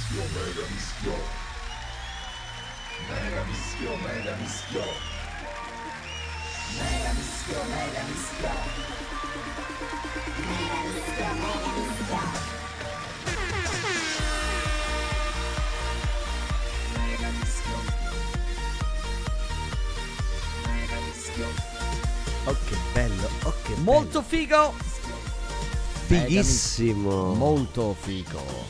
Oh che bello, oh che Molto figo. fighissimo. Molto figo.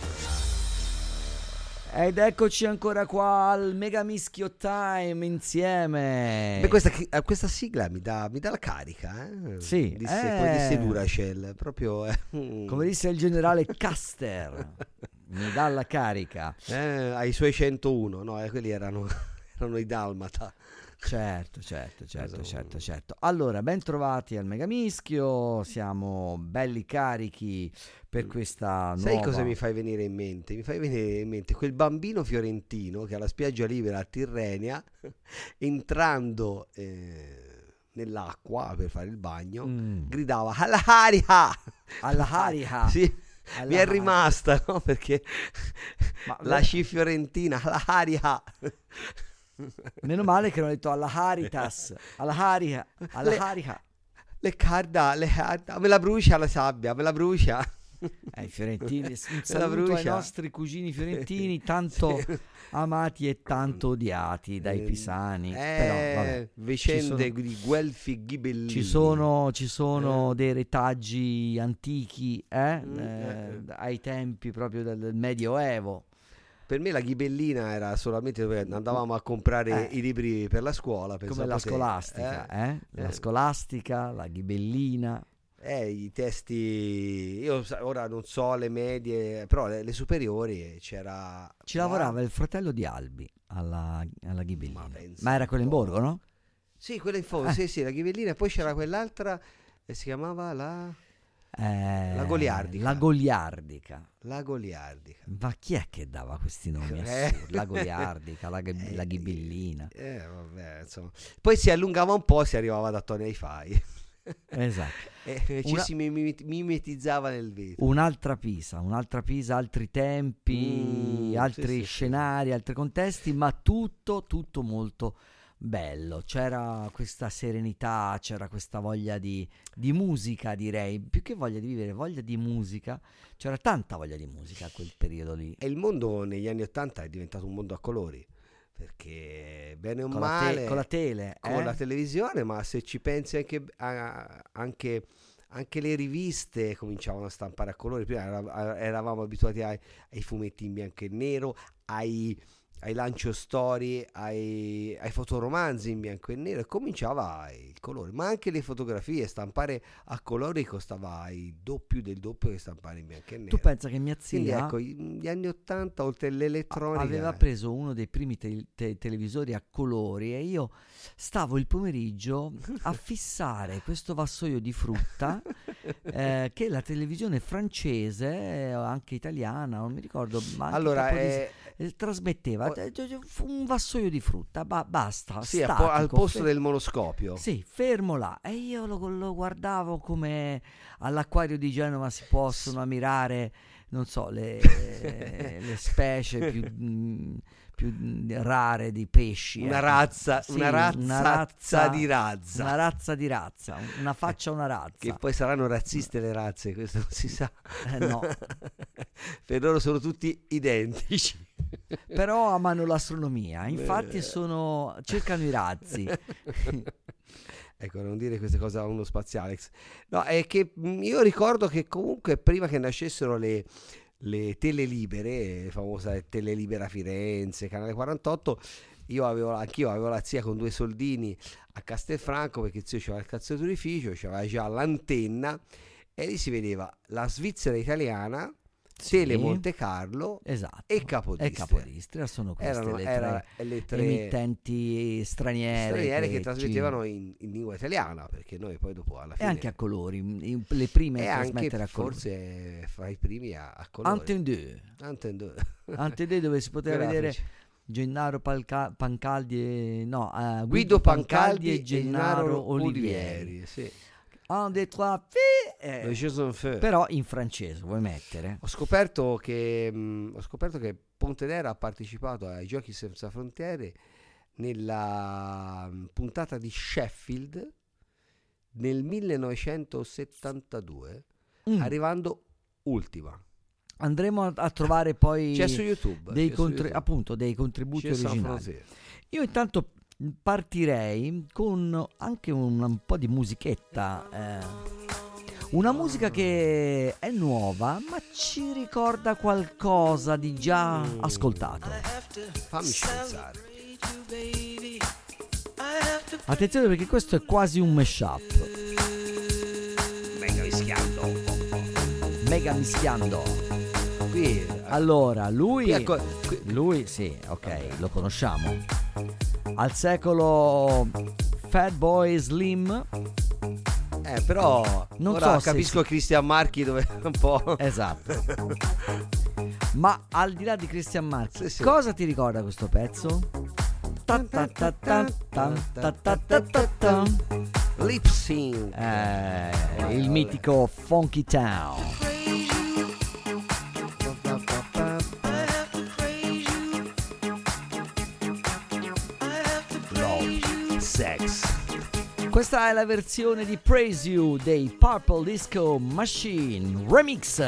Ed eccoci ancora qua al Mega Mischio Time insieme. Beh, questa sigla mi dà la carica, Sì, disse Duracell, proprio come disse il generale Custer, mi dà la carica. ai suoi 101, no, quelli erano i Dalmata. Certo. Allora, ben trovati al Mega Mischio, siamo belli carichi per questa nuova... Sai cosa mi fai venire in mente? Mi fai venire in mente quel bambino fiorentino che alla spiaggia libera a Tirrenia, entrando nell'acqua per fare il bagno, gridava Al-Hariha! Al-Hariha! Sì, mi è rimasta, no? Perché Ma la sci fiorentina, Al-Hariha! Meno male che non ho detto alla Haritas, alla Hariha, alla Hariha. Le carda, me la brucia la sabbia, me la brucia. I fiorentini, un la saluto ai brucia. nostri cugini fiorentini, tanto amati e tanto odiati dai pisani. Però, vabbè, vicende di Guelfi Ghibellini. ci sono dei retaggi antichi ai tempi proprio del Medioevo. Per me la Ghibellina era solamente dove andavamo a comprare i libri per la scuola. Come la scolastica, La scolastica, la Ghibellina. I testi, io ora non so le medie, però le superiori c'era... Ci lavorava il fratello di Albi alla Ghibellina. Ma era quello in un po'. borgo, no? Sì, quella in fondo, sì, la Ghibellina. E poi c'era quell'altra, si chiamava la Goliardica. La Goliardica. La Goliardica. Ma chi è che dava questi nomi assurdi? La Goliardica, la Ghibellina. Vabbè, insomma. Poi si allungava un po', si arrivava da Tony Hi-Fi. Esatto. Ci si mimetizzava nel vetro. Un'altra Pisa, altri tempi, altri scenari, altri contesti, ma tutto molto bello. C'era questa serenità, c'era questa voglia di musica, direi, più che voglia di vivere, voglia di musica. C'era tanta voglia di musica a quel periodo lì. E il mondo negli anni '80 è diventato un mondo a colori, perché bene o Con male la tele, con la televisione, ma se ci pensi anche le riviste cominciavano a stampare a colori. Prima eravamo abituati ai fumetti in bianco e nero, ai lancio storie, ai fotoromanzi in bianco e nero, e cominciava il colore. Ma anche le fotografie, stampare a colori costava il doppio del doppio che stampare in bianco e nero. Tu pensa che mia Quindi zia, ecco, gli anni '80, oltre all'elettronica, aveva preso uno dei primi televisori a colori, e io stavo il pomeriggio a fissare questo vassoio di frutta che la televisione francese, anche italiana, non mi ricordo, ma anche allora trasmetteva un vassoio di frutta, basta, sì, statico, al posto del monoscopio. sì, fermo là, e io lo guardavo come all'acquario di Genova si possono ammirare, non so, le specie più rare di pesci. Una razza, Sì, una razza di razza. Una razza di razza, una faccia una razza. Che poi saranno razziste le razze, questo non si sa. No. Per loro sono tutti identici. Però amano l'astronomia, infatti cercano i razzi. Ecco, non dire queste cose a uno spazialex. No, è che io ricordo che comunque prima che nascessero le telelibere, la famosa Telelibera Firenze, Canale 48, anch'io avevo la zia con 2 soldini a Castelfranco, perché il zio c'aveva il calzaturificio, c'aveva già l'antenna, e lì si vedeva la Svizzera italiana, Tele Monte Carlo, esatto, e Capodistria. E Capodistria sono queste le tre emittenti straniere che trasmettevano in lingua italiana, perché noi poi dopo alla fine, e anche a colori, le prime a trasmettere a colori, forse fra i primi a colori. Antenne 2 dove si poteva vedere Gennaro Pancaldi Guido Pancaldi e Gennaro Olivieri. Sì. Un, deux, trois, però in francese vuoi mettere? Ho scoperto che Pontedera ha partecipato ai Giochi Senza Frontiere nella puntata di Sheffield nel 1972, arrivando ultima. Andremo a trovare poi c'è su YouTube appunto dei contributi originali. Io intanto partirei con anche un po' di musichetta, una musica che è nuova ma ci ricorda qualcosa di già ascoltato. Fammi pensare. Attenzione, perché questo è quasi un mashup. Mega mischiando. Qui, allora, lui sì, ok, lo conosciamo. Al secolo Fatboy Slim. Però non ora so capisco Christian Marchi dove un po'. Esatto. Ma al di là di Christian Marchi, cosa ti ricorda questo pezzo? Lip Sync, il mitico Funky Town. Love, Sex. Questa è la versione di Praise You dei Purple Disco Machine Remix.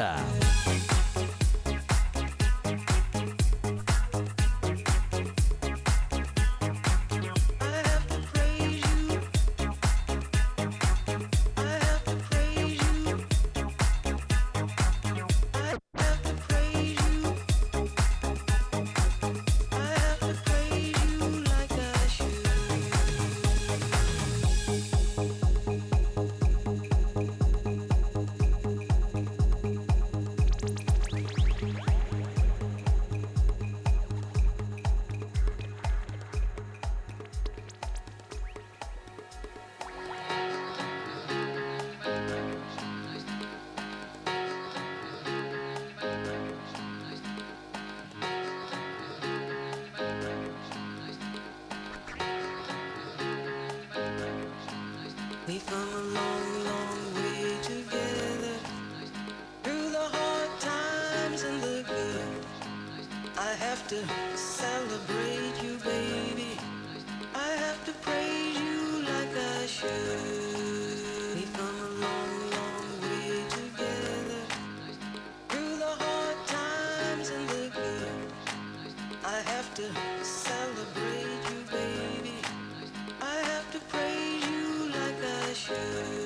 We've come a long, long way together, through the hard times and the good. I have to celebrate you, baby. I have to praise you like I should. We've come a long, long way together, through the hard times and the good. I have to celebrate you, baby. I have to praise you like I should.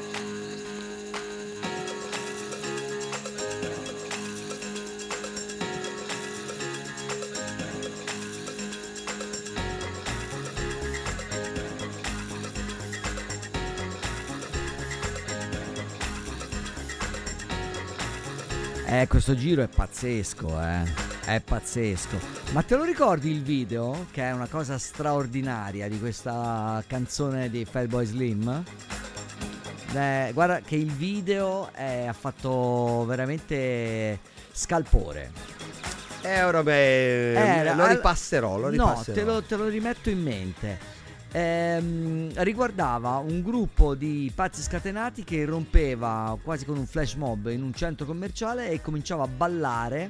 Questo giro è pazzesco, è pazzesco. Ma te lo ricordi il video? Che è una cosa straordinaria di questa canzone di Fatboy Slim? Guarda che il video ha fatto veramente scalpore. Ora lo ripasserò. No, te lo rimetto in mente. Riguardava un gruppo di pazzi scatenati che irrompeva quasi con un flash mob in un centro commerciale e cominciava a ballare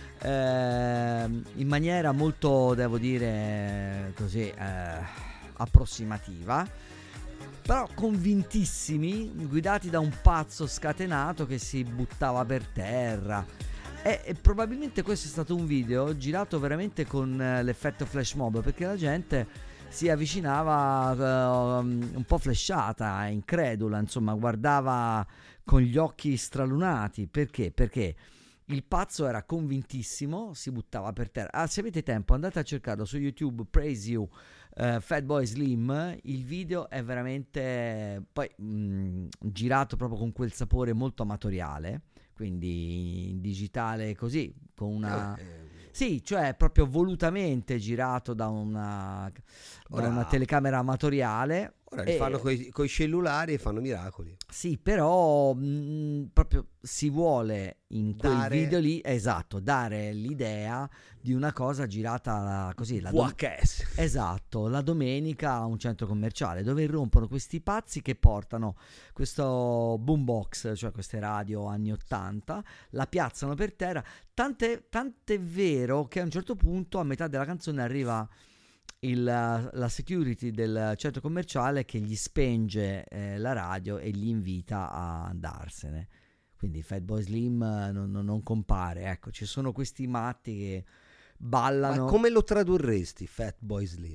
in maniera molto, devo dire così, approssimativa, però convintissimi, guidati da un pazzo scatenato che si buttava per terra. E probabilmente questo è stato un video girato veramente con l'effetto flash mob, perché la gente si avvicinava un po' flashata, incredula, insomma, guardava con gli occhi stralunati. Perché? Perché il pazzo era convintissimo, si buttava per terra. Se avete tempo andate a cercarlo su YouTube, Praise You, Fatboy Slim. Il video è veramente poi girato proprio con quel sapore molto amatoriale, quindi in digitale così, con una... Sì, cioè proprio volutamente girato da una telecamera amatoriale. Ora li fanno coi cellulari e fanno miracoli. Sì, però proprio si vuole in quel video lì, esatto, dare l'idea di una cosa girata così, VHS. esatto, la domenica a un centro commerciale, dove irrompono questi pazzi che portano questo boombox, cioè queste radio anni 80, la piazzano per terra, tant'è vero che a un certo punto, a metà della canzone, arriva la security del centro commerciale che gli spenge la radio e gli invita a andarsene. Quindi Fatboy Slim non compare. Ecco, ci sono questi matti che ballano. Ma come lo tradurresti, Fatboy Slim?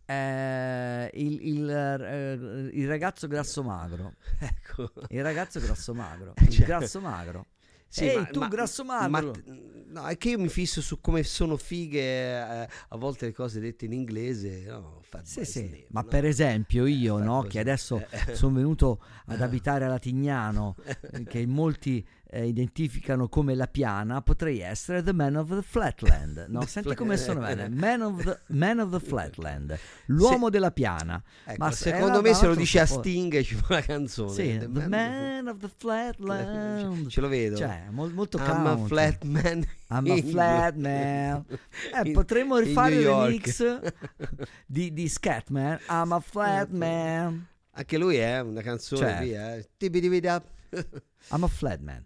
Il ragazzo grasso magro. Ecco. Il ragazzo grasso magro. Cioè, Il grasso magro. Sì, Ehi, tu grasso magro. No, è che io mi fisso su come sono fighe a volte le cose dette in inglese. No, sì, Slim, ma no? per esempio io, no, che adesso sono venuto ad abitare a Latignano, che molti identificano come La Piana, potrei essere The Man of the Flatland, no? Senti come sono bene, Man of the Flatland, l'uomo della Piana. Ecco, Ma secondo me se lo dice a Sting ci fa la canzone. Sì, The Man of the Flatland. Ce lo vedo. Cioè, molto I'm a flat man. I'm a flat man. Potremmo rifare il remix di Scatman. I'm a flat man. Anche lui è una canzone via. I'm a flat man.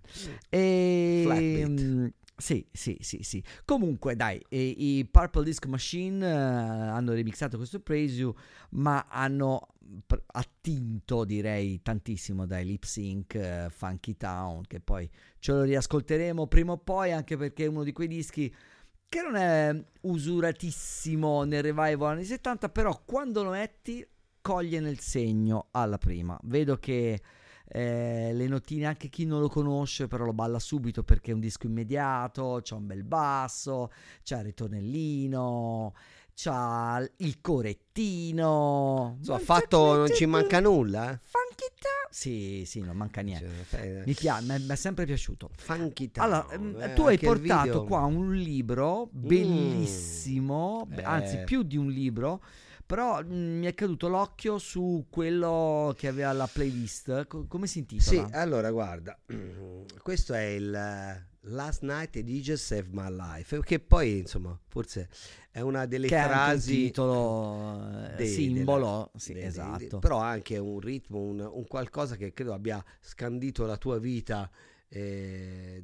Sì. Comunque dai, i Purple Disco Machine hanno remixato questo Praise You, ma hanno attinto, direi, tantissimo dai Lip Sync, Funky Town, che poi ce lo riascolteremo prima o poi, anche perché è uno di quei dischi che non è usuratissimo nel revival anni 70, però quando lo metti coglie nel segno alla prima. Vedo che le notine, anche chi non lo conosce però lo balla subito, perché è un disco immediato, c'ha un bel basso, c'ha il ritornellino, c'ha il corettino, insomma, fatto non ci manca nulla. Funky Town. Sì, non manca niente. Mi è sempre piaciuto. Funky Town. Allora, tu hai portato qua un libro bellissimo, anzi più di un libro, però mi è caduto l'occhio su quello che aveva la playlist. Come si intitola? Sì, allora guarda, questo è il Last Night a DJ Saved My Life, che poi insomma forse è una delle che frasi, è un titolo simbolo, esatto, però anche un ritmo, un qualcosa che credo abbia scandito la tua vita, e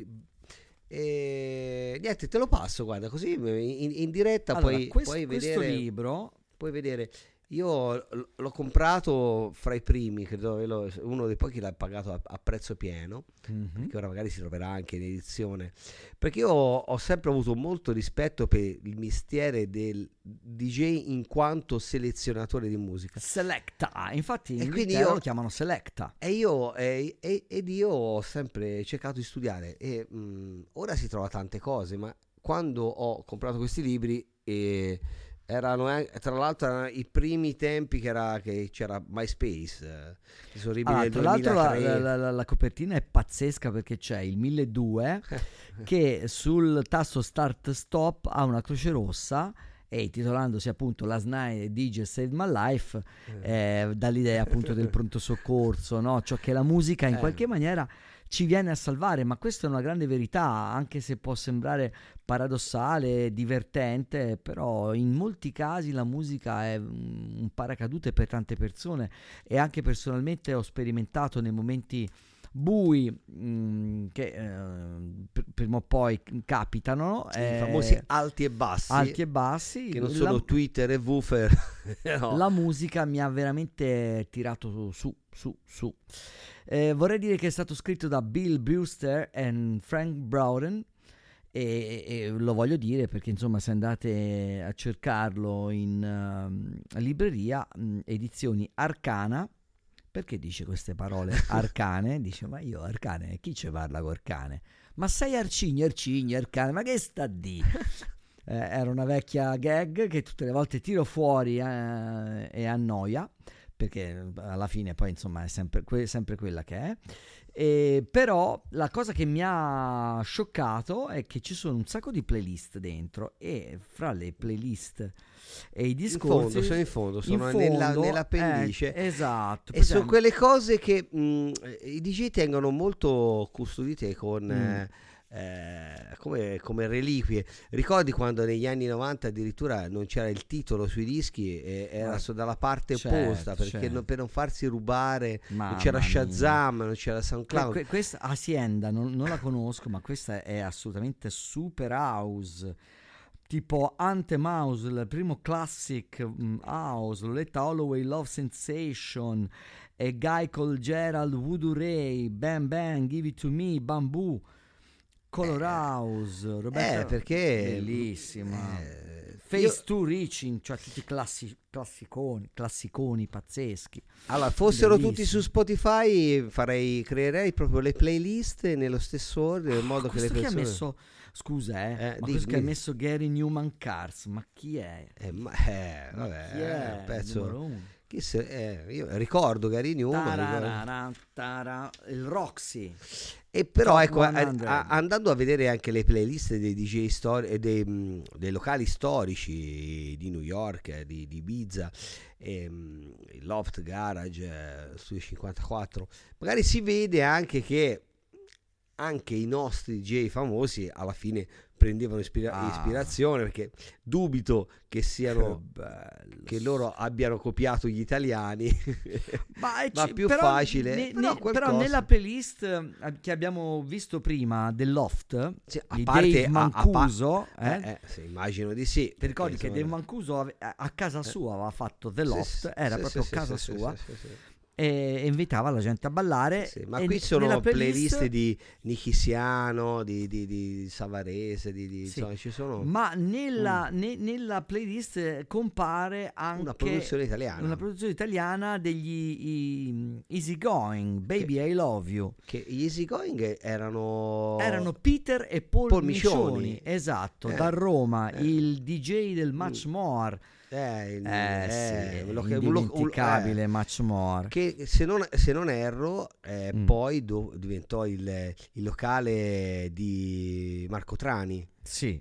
niente, te lo passo, guarda, così in diretta. Allora, puoi vedere questo libro. Puoi vedere, io l'ho comprato fra i primi, credo uno dei pochi l'ha pagato a prezzo pieno, che ora magari si troverà anche in edizione, perché io ho sempre avuto molto rispetto per il mestiere del DJ in quanto selezionatore di musica. Selecta, infatti in quindi lo chiamano Selecta. Ed io ho sempre cercato di studiare e ora si trova tante cose, ma quando ho comprato questi libri erano tra l'altro i primi tempi che c'era MySpace, nel tra l'altro 2003. la copertina è pazzesca, perché c'è il 1200 che sul tasto start stop ha una croce rossa, e titolandosi appunto Last Night DJ Saved My Life dall'idea appunto del pronto soccorso, no? Ciò che la musica in qualche maniera ci viene a salvare. Ma questa è una grande verità, anche se può sembrare paradossale, divertente, però in molti casi la musica è un paracadute per tante persone, e anche personalmente ho sperimentato nei momenti bui che prima o poi capitano, I famosi alti e bassi, che non sono Twitter e woofer. No. La musica mi ha veramente tirato su. Vorrei dire che è stato scritto da Bill Brewster e Frank Bowden, e lo voglio dire perché insomma, se andate a cercarlo in libreria, edizioni Arcana. Perché dice queste parole arcane? Dice, ma io arcane, chi ci parla con arcane? Ma sei Arcigno, arcane, ma che sta di? Era una vecchia gag che tutte le volte tiro fuori e annoia, perché alla fine poi insomma è sempre quella che è. Però la cosa che mi ha scioccato è che ci sono un sacco di playlist dentro, e fra le playlist e i discorsi sono nella pellice. Esatto. E sono quelle cose che i DJ tengono molto custodite con come reliquie. Ricordi quando negli anni 90 addirittura non c'era il titolo sui dischi, era dalla parte opposta, perché per non farsi rubare. Non c'era Shazam, non c'era SoundCloud. Questa Hacienda non la conosco, ma questa è assolutamente super house, tipo Anthem House, il primo classic house, Loletta Holloway, Love Sensation, e Guy Called Gerald, Voodoo Ray, Bam Bam, Give It To Me, Bamboo, Color House, Roberta, perché bellissima, Face to Reaching, cioè tutti classiconi pazzeschi. Allora, fossero Bellissimi. tutti su Spotify, creerei proprio le playlist nello stesso ordine, in modo che le Questo che ha persone... messo, scusa, ma dimmi. questo che ha messo Gary Newman Cars, ma chi è? vabbè, Chi è? pezzo... Numero uno. Io ricordo Gary Newman, Il Roxy. e però Top ecco, 100. andando a vedere anche le playlist dei DJ dei locali storici di New York, di Ibiza, il Loft Garage, Studio 54, magari si vede anche che anche i nostri DJ famosi alla fine prendevano ispirazione, perché dubito che siano che loro abbiano copiato gli italiani, ma più però facile. Però nella playlist che abbiamo visto prima del Loft, Sì, di Dave Mancuso, sì, immagino di sì. ti ricordi che Dave Mancuso a casa sua aveva fatto The Loft, era proprio casa sua, e invitava la gente a ballare. Ma qui sono playlist di Nicky Siano, di Savarese, insomma, ci sono. Ma nella playlist compare anche una produzione italiana degli Easy Going, Baby I Love You, che gli Easy Going erano Peter e Paul Micioni. Esatto, da Roma, il DJ del Much More. Indimenticabile Much More, che se non erro poi diventò il locale di Marco Trani. Sì.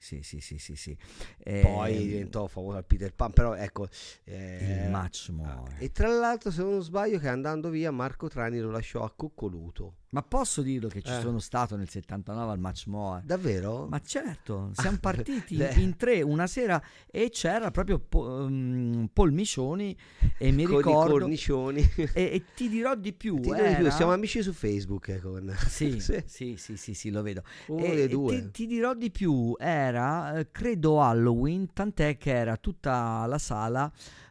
Poi diventò famoso al Peter Pan, però ecco, il Much More. E tra l'altro, se non sbaglio, che andando via Marco Trani lo lasciò a Coccoluto. Ma posso dirlo che ci sono stato nel 79 al Much More? Davvero? Ma certo, siamo partiti in tre una sera, e c'era proprio Paul Micioni, e mi con ricordo i cornicioni. e ti dirò di più, siamo amici su Facebook con... sì, lo vedo. Uno dei due. Ti dirò di più, era credo Halloween, tant'è che era tutta la sala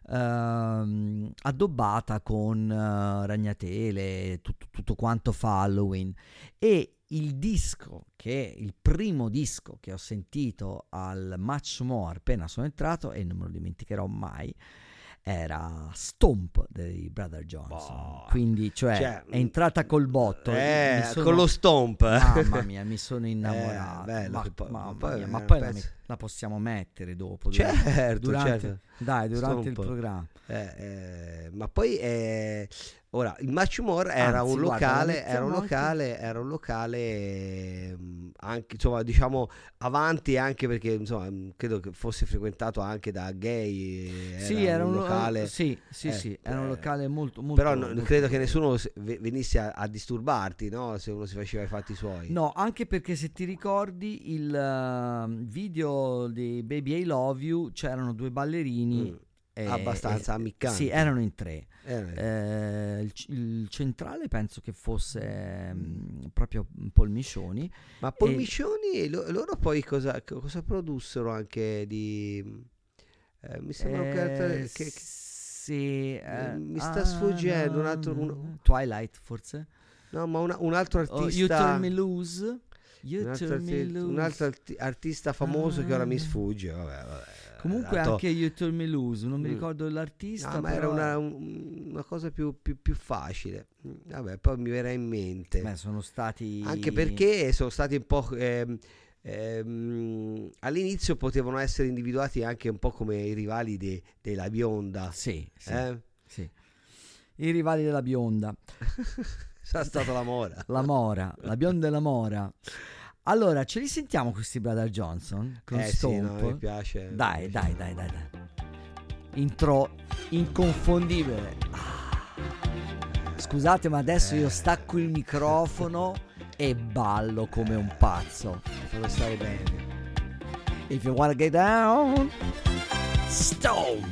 addobbata con ragnatele, tutto quanto fa Halloween, e il primo disco che ho sentito al Much More appena sono entrato, e non me lo dimenticherò mai, era Stomp dei Brother Johnson. Quindi cioè è entrata col botto, con lo Stomp, mamma mia, mi sono innamorato. Bello, ma poi la possiamo mettere dopo, durante il programma. Ma poi ora il Much More era un locale, anche, insomma, diciamo avanti, anche perché insomma credo che fosse frequentato anche da gay. Era un locale, era un locale molto però molto credo che nessuno venisse a disturbarti, no? Se uno si faceva i fatti suoi. No, anche perché se ti ricordi il video di Baby I Love You, c'erano due ballerini abbastanza ammiccanti. Sì, erano in tre. Il centrale penso che fosse proprio Paul Micioni. Ma Paul Micioni, loro poi cosa produssero anche di... mi sembra che sì, mi sta sfuggendo un altro... Twilight forse? No, ma un altro artista... You Turn Me Loose. Un altro artista famoso che ora mi sfugge. Vabbè. Comunque anche You Turn Me Loose, non mi ricordo l'artista. No, ma però... era una cosa più facile. Vabbè, poi mi verrà in mente. Beh, sono stati... Anche perché sono stati un po'... all'inizio potevano essere individuati anche un po' come i rivali della Bionda. Sì. I rivali della Bionda. Sarà stata la Mora. La Mora, la bionda e la Mora. Allora, ce li sentiamo questi Brother Johnson? Con Sì, Stomp? no, mi piace. Dai. Intro inconfondibile. Scusate, ma adesso io stacco il microfono e ballo come un pazzo. Fanno stare bene. If you wanna get down, Stomp.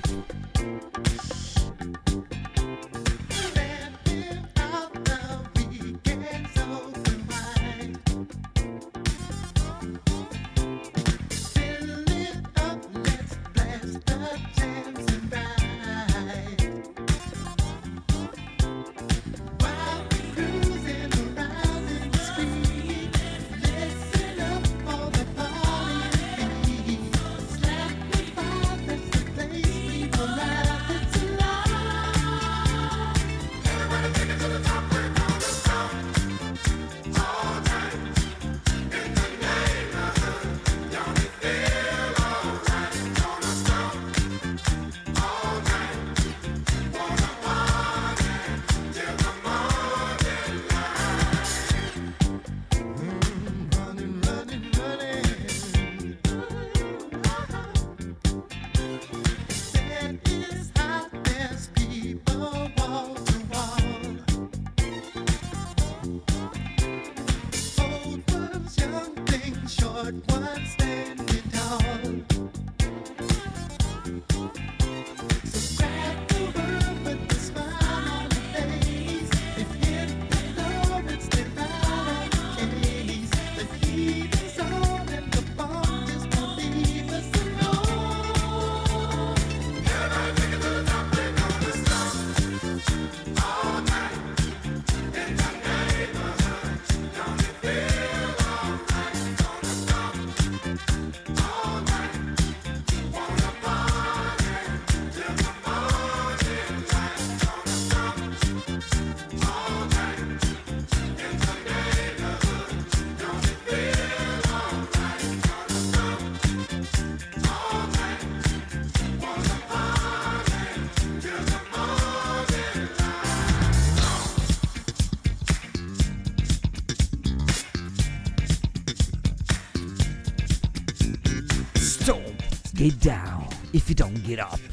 Get down if you don't get up.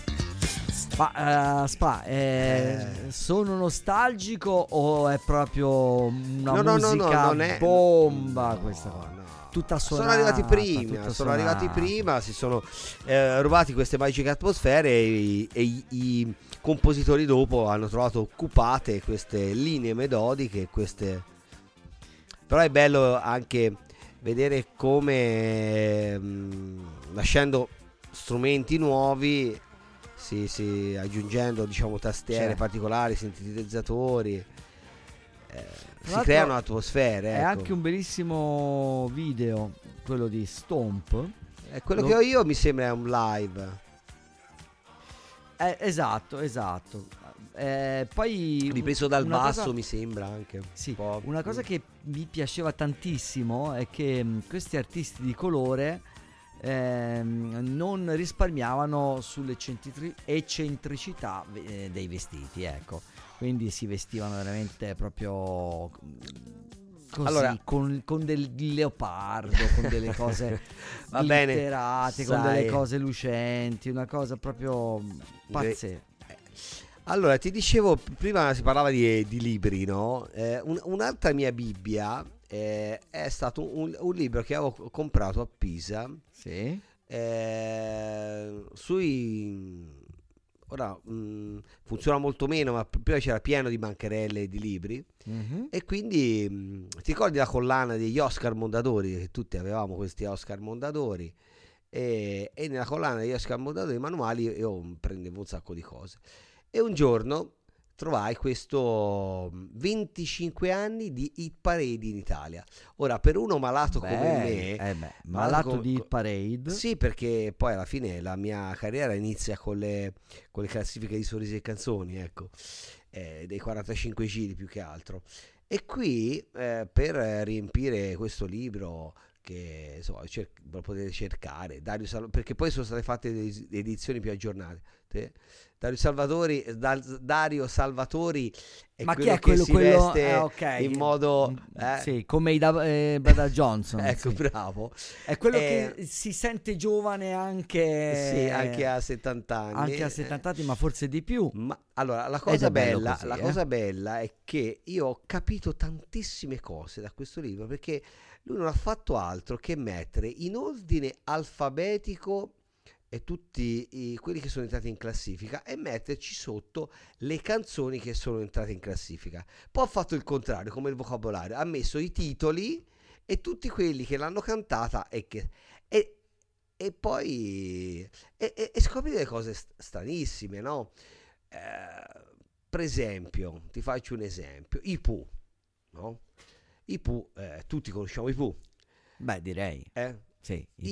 Ma sono nostalgico o è proprio una musica non è bomba questa qua? No. Tutta Sono suonata, arrivati prima, si sono rubati queste magiche atmosfere e i compositori dopo hanno trovato occupate queste linee melodiche, però è bello anche vedere come lasciando strumenti nuovi, aggiungendo diciamo tastiere particolari, sintetizzatori, si creano atmosfere. È anche un bellissimo video quello di Stomp. Quello che ho io mi sembra un live. Esatto. Poi ripreso dal basso, mi sembra anche. Sì, una cosa che mi piaceva tantissimo è che questi artisti di colore non risparmiavano sulle eccentricità dei vestiti, ecco. Quindi si vestivano veramente proprio così, con del leopardo, con delle cose glitterate, con delle cose lucenti, una cosa proprio pazzesca. Allora, ti dicevo, prima si parlava di libri, no? Un'altra mia Bibbia è stato un libro che avevo comprato a Pisa. Sì. Ora funziona molto meno, ma prima c'era pieno di bancherelle di libri. E quindi ti ricordi la collana degli Oscar Mondadori, che tutti avevamo questi Oscar Mondadori, e nella collana degli Oscar Mondadori manuali io prendevo un sacco di cose. E un giorno trovai questo 25 anni di Hit Parade in Italia. Ora, per uno malato come me, malato di Hit Parade, sì, perché poi alla fine la mia carriera inizia con le classifiche di sorrisi e canzoni, ecco, dei 45 giri più che altro. E qui per riempire questo libro che insomma lo potete cercare, perché poi sono state fatte le edizioni più aggiornate. Dario Salvatori è Ma quello chi è che si veste ok. in modo sì, come i Brother Johnson. ecco, sì. bravo, È quello che si sente giovane anche, sì, anche a 70 anni, anche a 70 anni, ma forse di più. Ma allora la Ed cosa è bello bella, così, la cosa bella è che io ho capito tantissime cose da questo libro, perché lui non ha fatto altro che mettere in ordine alfabetico e tutti quelli che sono entrati in classifica e metterci sotto le canzoni che sono entrate in classifica. Poi ha fatto il contrario, come il vocabolario, ha messo i titoli e tutti quelli che l'hanno cantata e poi scopri delle cose stranissime, no? Per esempio, ti faccio un esempio, i Pooh, no? I Pooh, tutti conosciamo i Pooh. Beh, direi. Sì, I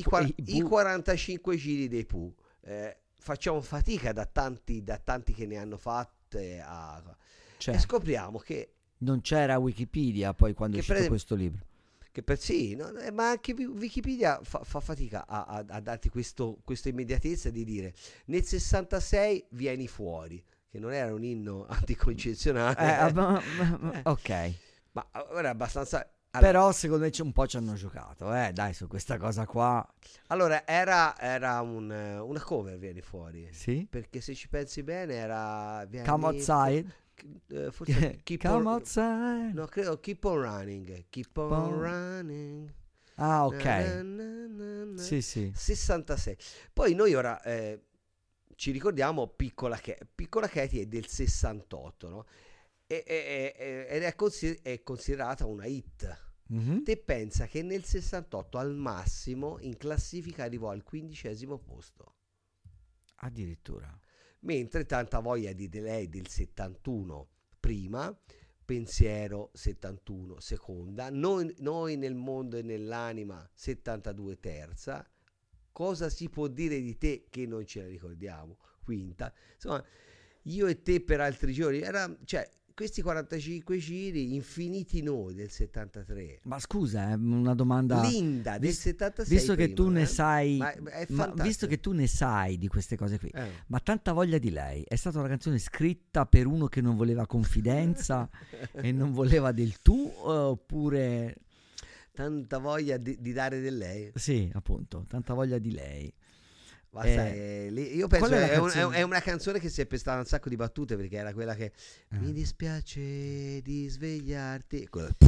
45 giri dei Pooh, facciamo fatica da tanti che ne hanno fatte e scopriamo che non c'era Wikipedia poi quando è uscito questo libro. Sì, no, ma anche Wikipedia fa fatica a darti questa immediatezza di dire nel 66 vieni fuori, che non era un inno anticoncezionale. Ok. Ma ora è abbastanza... Però secondo me un po' ci hanno giocato, dai, su questa cosa qua. Allora era una cover, vieni fuori. Sì? Perché se ci pensi bene era... Come Outside? Forse Come Outside? No, credo Keep on Running. Keep on Running. Ah, ok. Sì, sì. 66. Poi noi ora ci ricordiamo Piccola Katie è del 68, no? Ed è considerata una hit. Mm-hmm. Te pensa che nel 68 al massimo in classifica arrivò al 15° posto. Addirittura. Mentre Tanta voglia di lei del 71 prima, Pensiero 71 seconda, noi nel mondo e nell'anima 72 terza, Cosa si può dire di te che non ce la ricordiamo quinta. Insomma, Io e te per altri giorni, questi 45 giri, Infiniti noi del 73. Ma scusa, una domanda. Linda del 76. Visto che tu ne sai, visto che tu ne sai di queste cose qui, ma Tanta voglia di lei è stata una canzone scritta per uno che non voleva confidenza e non voleva del tu, oppure Tanta voglia di dare del lei? Sì, appunto, Tanta voglia di lei. Ma io penso è una canzone che si è pestata un sacco di battute, perché era quella che mi dispiace di svegliarti.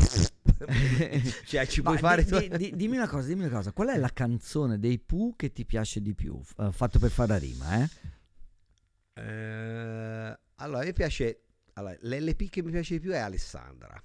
Cioè ci puoi fare dimmi una cosa, qual è la canzone dei Pooh che ti piace di più, fatto per fare la rima, allora mi piace, l'LP che mi piace di più è Alessandra.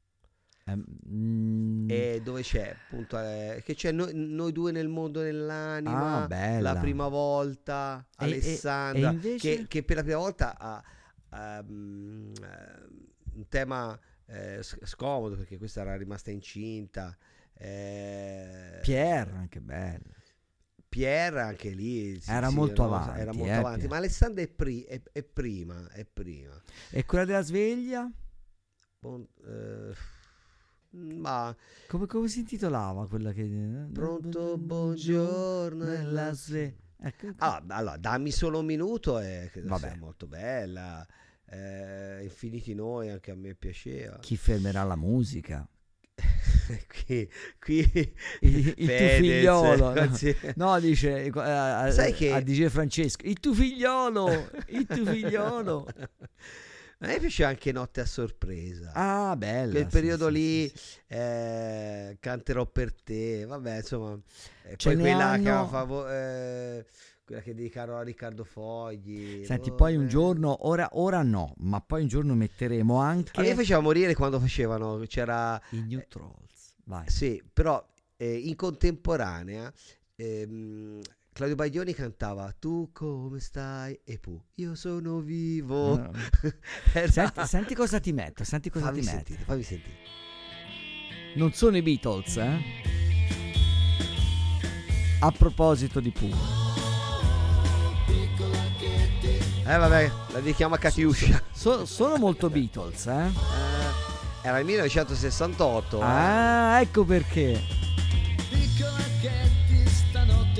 E dove c'è appunto che c'è noi due nel mondo nell'anima, la prima volta, Alessandra, e invece? Che per la prima volta ha un tema scomodo, perché questa era rimasta incinta. Pierre anche bello. Pierre anche lì era molto avanti, ma Alessandra è prima. E quella della sveglia? Ma come si intitolava quella che pronto buongiorno nella sveglia? Allora dammi solo un minuto, credo sia molto bella. Infiniti noi anche a me piaceva. Chi fermerà la musica? qui il tuo figliolo, no, dice sai che a DJ Francesco, il tuo figliolo. A me piace anche Notte a sorpresa. Ah, bella. Quel periodo lì, Canterò per te. Vabbè, insomma. Poi quella quella che dedicarono a Riccardo Fogli. Senti, poi un giorno, ora no, ma poi un giorno metteremo anche. A me faceva morire quando c'era i New Trolls. Vai. Sì, però in contemporanea. Claudio Baglioni cantava Tu come stai? E Pooh, io sono vivo. No. Senti cosa ti metto. Fammi sentire. Non sono i Beatles, A proposito di Pooh. Vabbè, la dedichiamo a Katiuscia. Sono molto Beatles, Era il 1968. Ah, ecco perché.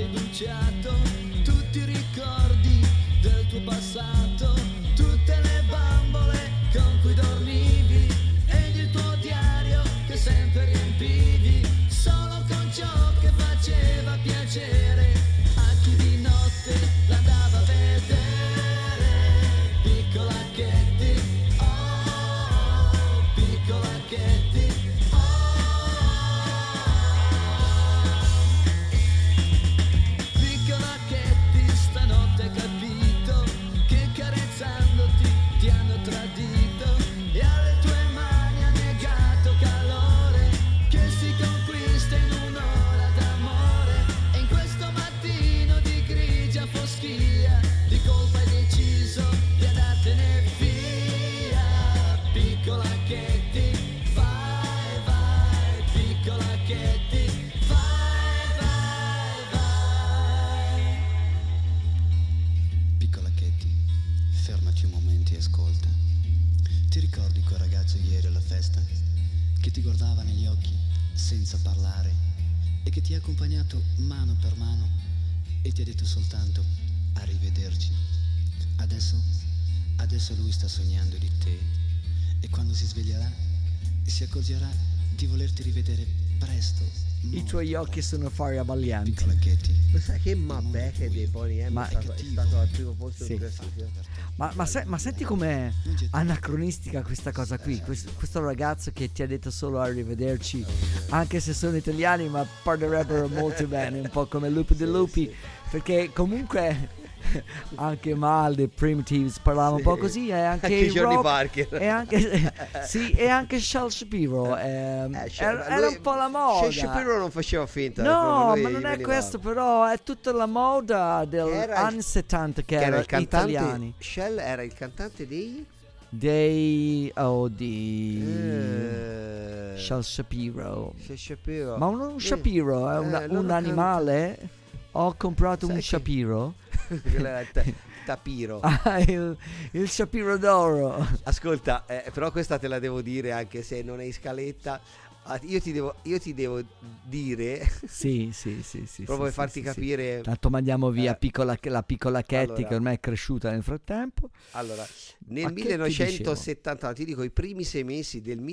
notte bruciato, tutti i ricordi del tuo passato, tutte le bambole con cui dormivi ed il tuo diario che sempre riempivi solo con ciò che faceva piacere a chi di notte l'andava a vedere. Piccola Katie, oh, piccola Katie, piccola Katie, stanotte hai capito che carezzandoti ti hanno tradito e alle tue mani ha negato calore che si conquista in un'ora d'amore. E in questo mattino di grigia foschia di colpa hai deciso di andartene via. Piccola Katie, vai, vai, piccola Katie, vai, vai, vai. Piccola Katie, fermati un momento e ascolta. Ti ricordi quel ragazzo ieri alla festa che ti guardava negli occhi senza parlare e che ti ha accompagnato mano per mano e ti ha detto soltanto arrivederci? Adesso lui sta sognando di te e quando si sveglierà si accorgerà di volerti rivedere presto. I tuoi occhi sono fari abbaglianti. Piccola Katie. Lo sai che Mabè che dei Boney M Ma- è stato al primo posto Sì. in classifica? Ma senti com'è anacronistica questa cosa qui, questo ragazzo che ti ha detto solo arrivederci, anche se sono italiani ma parlerebbero molto bene, un po' come Lupo di Lupi, perché comunque anche Mal dei Primitives parlava un po' così, e anche Anche Johnny Rock, Parker. e anche, sì, e anche Charles Shapiro, era un po' la moda. Shapiro non faceva finta. No, proprio lui ma non gli è veniva- questo, però è tutta la moda degli era il- anni 70 che Che era era il cantante. italiani. Shell era il cantante di Di Eh, Charles Shapiro. Shapiro. Ma un Shapiro è non un lo animale? Ho comprato Sai un che- Shapiro. Quello era il tapiro. Ah, il Shapiro d'oro. Ascolta, però questa te la devo dire anche se non è in scaletta. Ah, io ti devo dire Sì. proprio per sì, farti sì. capire. Tanto mandiamo via Eh, la piccola Katie allora. che ormai è cresciuta nel frattempo. Allora, Ma nel che ti 1970, ti dico i primi 6 mesi del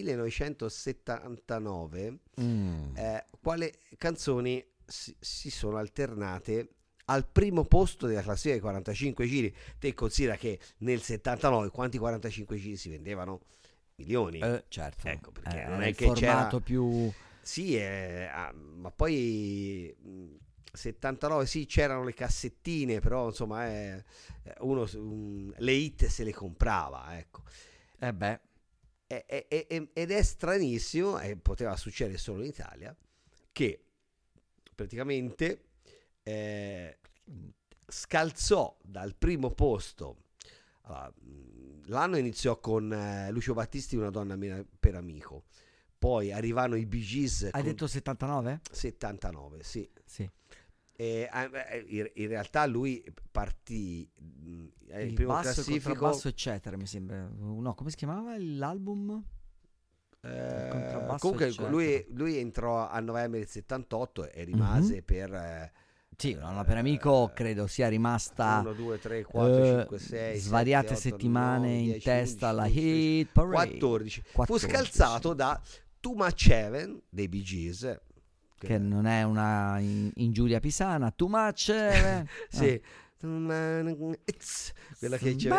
1979, quale canzoni si sono alternate al primo posto della classifica dei 45 giri. Te considera che nel 79 quanti 45 giri si vendevano? Milioni. Certo. Ecco, perché Era non è il che formato c'era più... sì, ma poi 79 sì, c'erano le cassettine, però insomma le hit se le comprava, ecco. beh. Ed è stranissimo, e poteva succedere solo in Italia, che praticamente scalzò dal primo posto. Allora, l'anno iniziò con Lucio Battisti, Una donna per amico, poi arrivano i Bee Gees. Hai con detto 79? 79, sì. Sì. In realtà lui partì il Il primo basso, il classifico, contrabbasso, eccetera, mi sembra. No, come si chiamava l'album? Il contrabbasso, comunque eccetera. lui entrò a novembre del 78 e rimase per Sì, una per amico credo sia rimasta 1, 2, 3, 4, 5, 6, svariate 7, 8, settimane 9, in 10, testa 11, alla 12, Hit Parade. 14. Fu 14. scalzato da Too Much Heaven dei Bee Gees, Che non è una ingiuria pisana. Too much. sì, quella che c'è.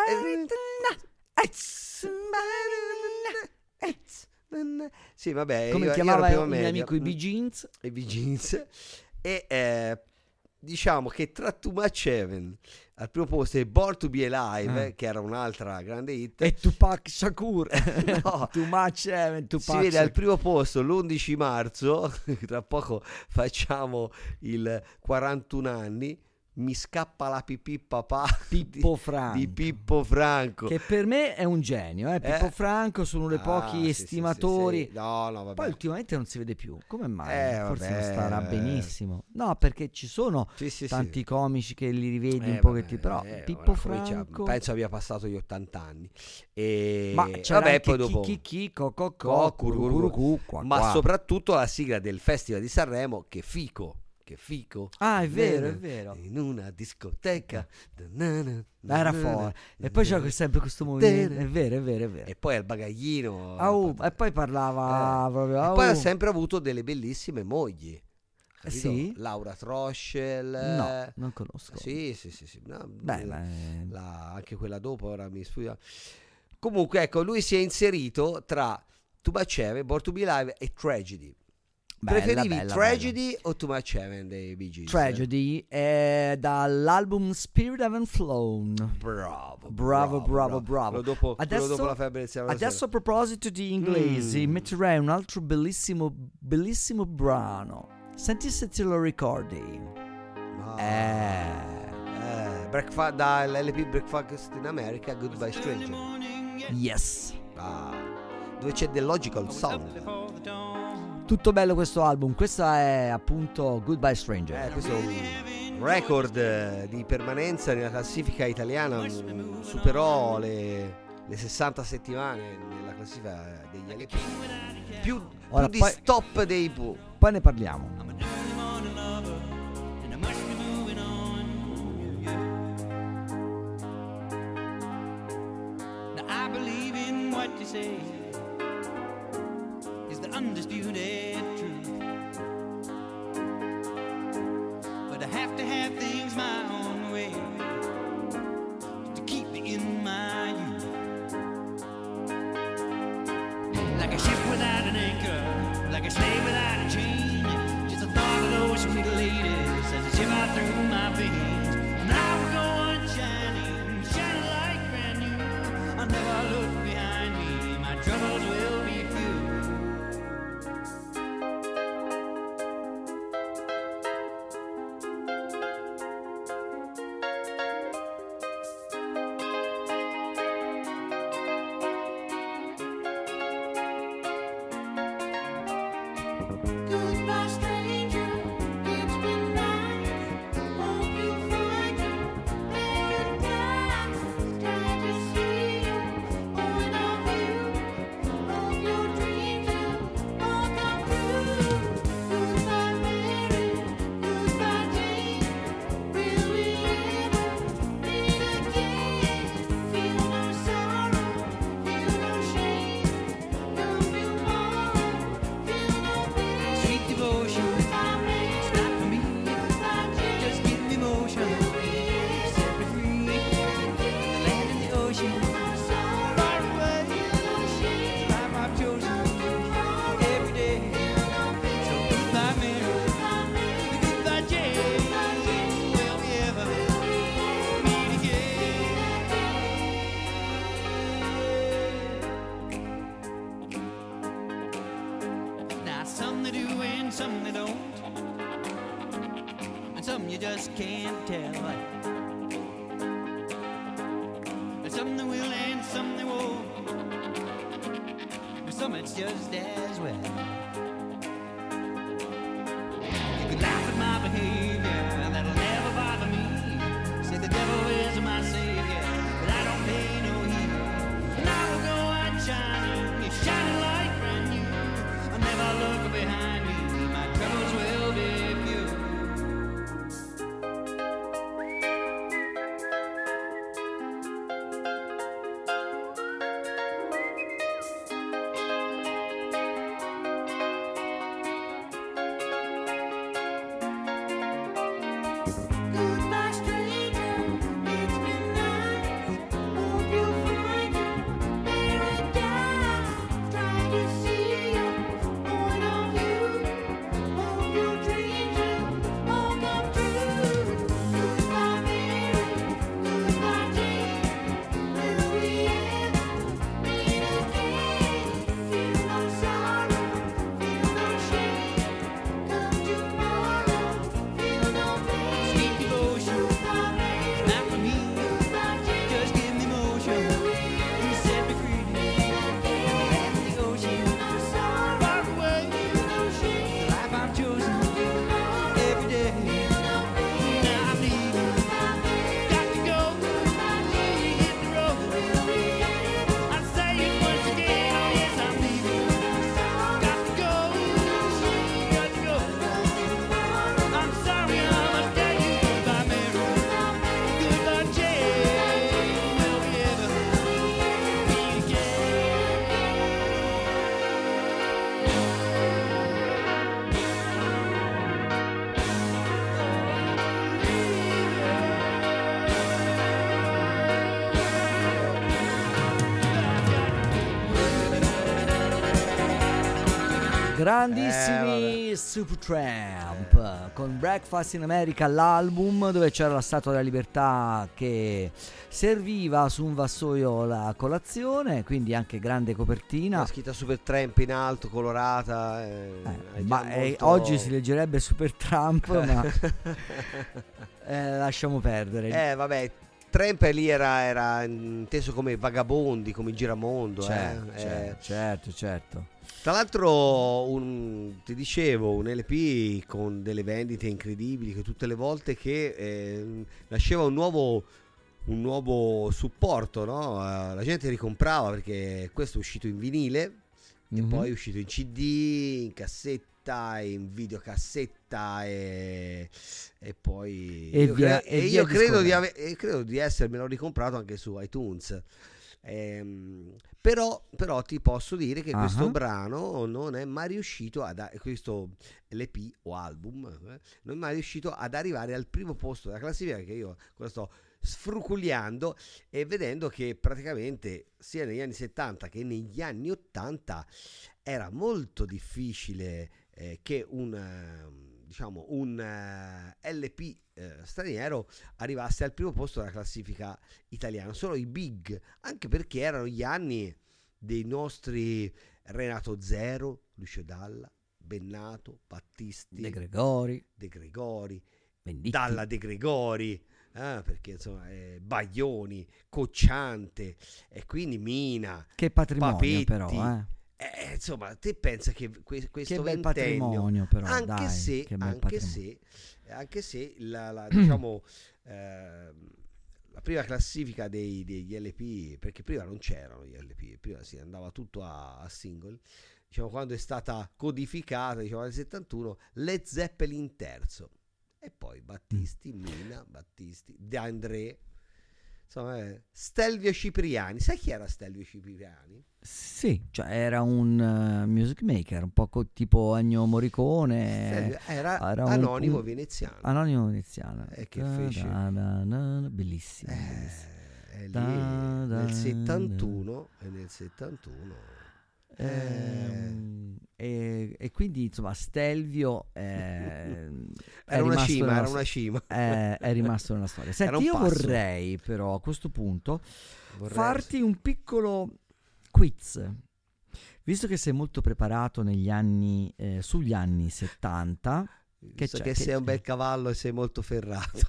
Sì, vabbè, Come io chiamava ero il prima mio media. amico i Bee Gees. I Bee Gees. E diciamo che tra Too Much Heaven al primo posto e Born to Be Alive, che era un'altra grande hit, E Tupac Shakur. No. Too much. Tupac si vede al Shakur. primo posto l'11 marzo, tra poco facciamo il 41 anni, Mi scappa la pipì papà Pippo Franco. di Pippo Franco. Che per me è un genio. Pippo Franco sono uno dei pochi sì, estimatori. sì. No, vabbè. Poi ultimamente non si vede più. Come mai? Forse vabbè. non starà benissimo. No, perché ci sono Sì, tanti comici che li rivedi un vabbè, pochettino. Però Pippo ora comincia- Franco. penso abbia passato gli 80 anni. Ma c'era vabbè, anche poi dopo chi, co, Ma qua. soprattutto la sigla del Festival di Sanremo, che Fico, qualche fico. Ah, è vero, è vero. In una discoteca. Era forte. E poi c'era sempre questo movimento. È vero, è vero, è vero. E poi al bagaglino. E poi parlava proprio. E poi ha sempre avuto delle bellissime mogli. Capito? Sì? Laura Troschel. No, non conosco. Sì. No, Beh, anche quella dopo, ora mi sfugge. Comunque, ecco, lui si è inserito tra Too Much Heaven, Born to Be Alive e Tragedy. Preferivi bella, Tragedy o Too Much Heaven dei Bee Gees? Tragedy è dall'album Spirit Haven't Flown. Bravo. Quello dopo Adesso, la febbre del Siamo adesso a proposito di inglesi, metterei un altro bellissimo brano. Senti se te lo ricordi. Dall'LP Breakfast in America, Goodbye Stranger. Yes. Dove c'è The Logical Song. Tutto bello questo album. Questo è appunto Goodbye Stranger. Questo è un record di permanenza nella classifica italiana. Superò le 60 settimane nella classifica degli LP. Più di stop dei Pooh. Poi ne parliamo. I believe in what you say is the undisputed truth, but I have to have things my own way to keep me in my youth. Like a ship without an anchor, like a slave without a chain, just the thought of those sweet ladies as they shiver through my veins. And I will go on shining like brand new. I'll never look behind me, my troubles will be few. Goodbye, stranger. It's been nice. Hope you find your paradise. Glad to see you. Point of view. Hope your dreams will all come true. Goodbye, Mary. Goodbye, Jane. Will we ever meet again? Feel no sorrow. Feel no shame. Come tomorrow. Feel no pain. Sweet devotion, it's not for me. Just give me motion, set me free. The land and the ocean, far away. Life I've chosen every day. So goodbye, Mary, goodbye, Jane. Will we ever meet again? Now some they do and some they don't, and some you just can't tell. And some they will and some they won't, and some it's just as well. You can laugh at my behavior, that'll never bother me. Say the devil is my savior, but I don't pay no heed. And I will go on shining like brand new. I'll never look behind me, my troubles will be few. Grandissimi Supertramp con Breakfast in America, l'album dove c'era la Statua della Libertà che serviva su un vassoio la colazione, quindi anche grande copertina. La scritta Supertramp in alto, colorata. Oggi si leggerebbe Supertramp, ma lasciamo perdere. Vabbè, Tramp lì era inteso come vagabondi, come giramondo. Certo. Tra l'altro, ti dicevo, un LP con delle vendite incredibili, che tutte le volte che nasceva un nuovo supporto, no? La gente ricomprava, perché questo è uscito in vinile, e poi è uscito in CD, in cassetta, in videocassetta e poi io credo di essermelo ricomprato anche su iTunes. Però ti posso dire che questo brano non è mai riuscito questo LP o album non è mai riuscito ad arrivare al primo posto della classifica, che io cosa sto sfruculiando e vedendo che praticamente sia negli anni 70 che negli anni 80 era molto difficile che un LP straniero arrivasse al primo posto della classifica italiana. Solo i big, anche perché erano gli anni dei nostri Renato Zero, Lucio Dalla, Bennato, Battisti, De Gregori, Venditti. Dalla De Gregori, perché insomma Baglioni, Cocciante, e quindi Mina, che patrimonio Papetti, però insomma, te pensa che questo che bel ventennio, patrimonio, però, anche se la diciamo la prima classifica degli LP, perché prima non c'erano gli LP, prima si andava tutto a single, diciamo, quando è stata codificata, diciamo, nel 71, Led Zeppelin terzo, e poi Battisti, Mina, De André, insomma, Stelvio Cipriani. Sai chi era Stelvio Cipriani? Sì, cioè era un music maker, un po' tipo Ennio Morricone. Era anonimo veneziano. Anonimo veneziano. Che fece bellissimo. Lì, nel 71 e quindi insomma Stelvio era una cima. È rimasto nella storia. Senti, io vorrei però a questo punto farti un piccolo quiz, visto che sei molto preparato negli anni sugli anni 70, che sei un bel cavallo e sei molto ferrato.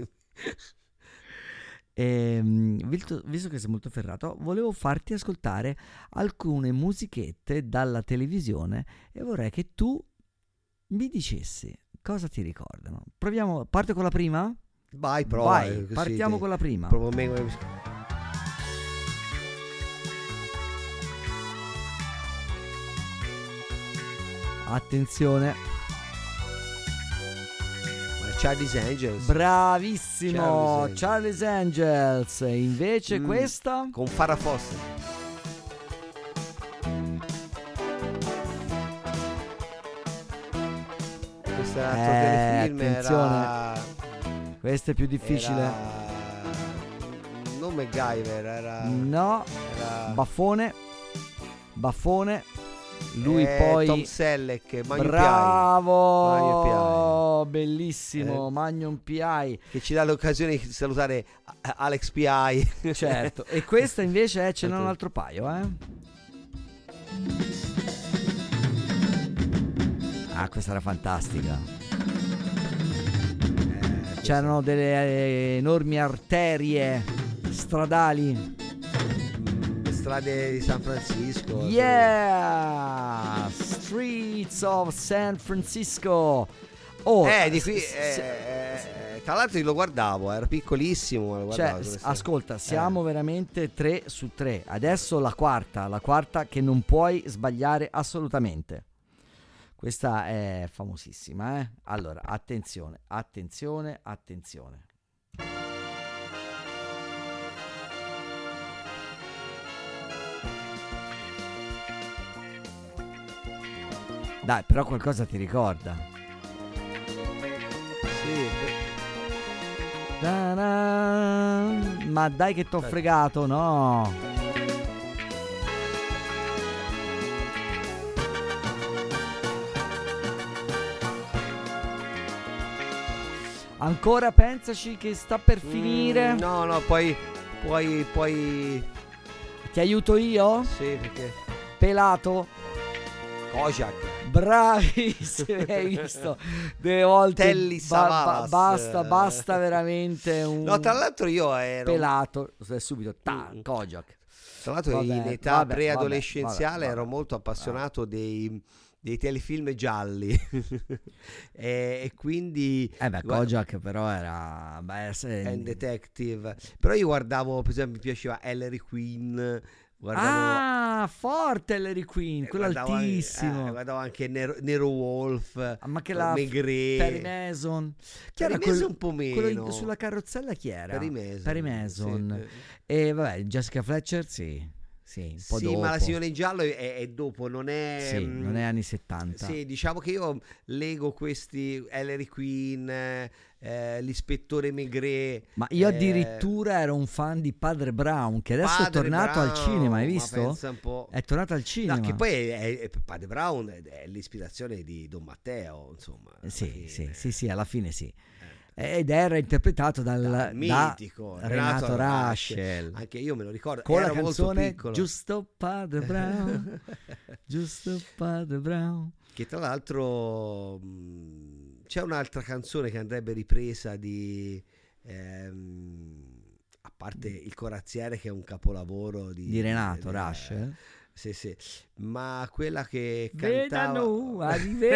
Visto che sei molto ferrato, volevo farti ascoltare alcune musichette dalla televisione e vorrei che tu mi dicessi cosa ti ricordano. Proviamo, parto con la prima? Vai, partiamo con la prima. Attenzione. Charlie's Angels. Bravissimo, Charlie's Angels. Invece questa con Farrah Fawcett. Questa telefilm attenzione. Questa è più difficile. Non MacGyver, era Baffone. Lui poi Tom Selleck, bravo, bellissimo, Magnum P.I. che ci dà l'occasione di salutare Alex P.I. Certo. E questa invece ce n'è un altro paio, questa era fantastica. C'erano delle enormi arterie stradali, strade di San Francisco. Streets of San Francisco. Di qui tra l'altro io lo guardavo, era piccolissimo, ascolta, siamo veramente 3 su 3. Adesso la quarta che non puoi sbagliare assolutamente. Questa è famosissima, Allora, attenzione. Dai, però qualcosa ti ricorda. Sì. Ma dai che t'ho fregato, no? Ancora pensaci che sta per finire. No, poi Ti aiuto io? sì, perché Pelato? Kojak. Bravissimo, hai visto? Delle volte Telly Savalas. basta veramente un No, tra l'altro io ero pelato. Subito, Kojak. Tra l'altro Vabbè, in età vabbè, preadolescenziale vabbè. ero molto appassionato dei telefilm gialli e quindi Kojak però era and Detective, però io guardavo, per esempio mi piaceva Ellery Queen, guardavo forte Larry Queen, quello guardavo altissimo. guardavo anche Nero Wolf, Ma che la Maigret. Perry Mason. Chi era Perry Mason un po' meno. quello sulla carrozzella chi era? Perry Mason, sì. E vabbè, Jessica Fletcher sì, un po' sì, dopo. ma La signora in giallo è dopo, non è Sì, non è anni 70. Sì, diciamo che io lego questi Ellery Queen, l'ispettore Maigret. Ma io addirittura ero un fan di Padre Brown, che adesso è tornato al cinema, hai visto? Ma pensa un po'. È tornato al cinema. No, che poi Padre Brown è l'ispirazione di Don Matteo, insomma. Sì, alla fine sì. Ed era interpretato dal mitico Renato Raschel. Anche io me lo ricordo. Con ero la canzone molto piccolo. Giusto Padre Brown. Giusto Padre Brown. Che tra l'altro c'è un'altra canzone che andrebbe ripresa a parte Il corazziere, che è un capolavoro di Renato Raschel. Sì, ma quella che Vedano, cantava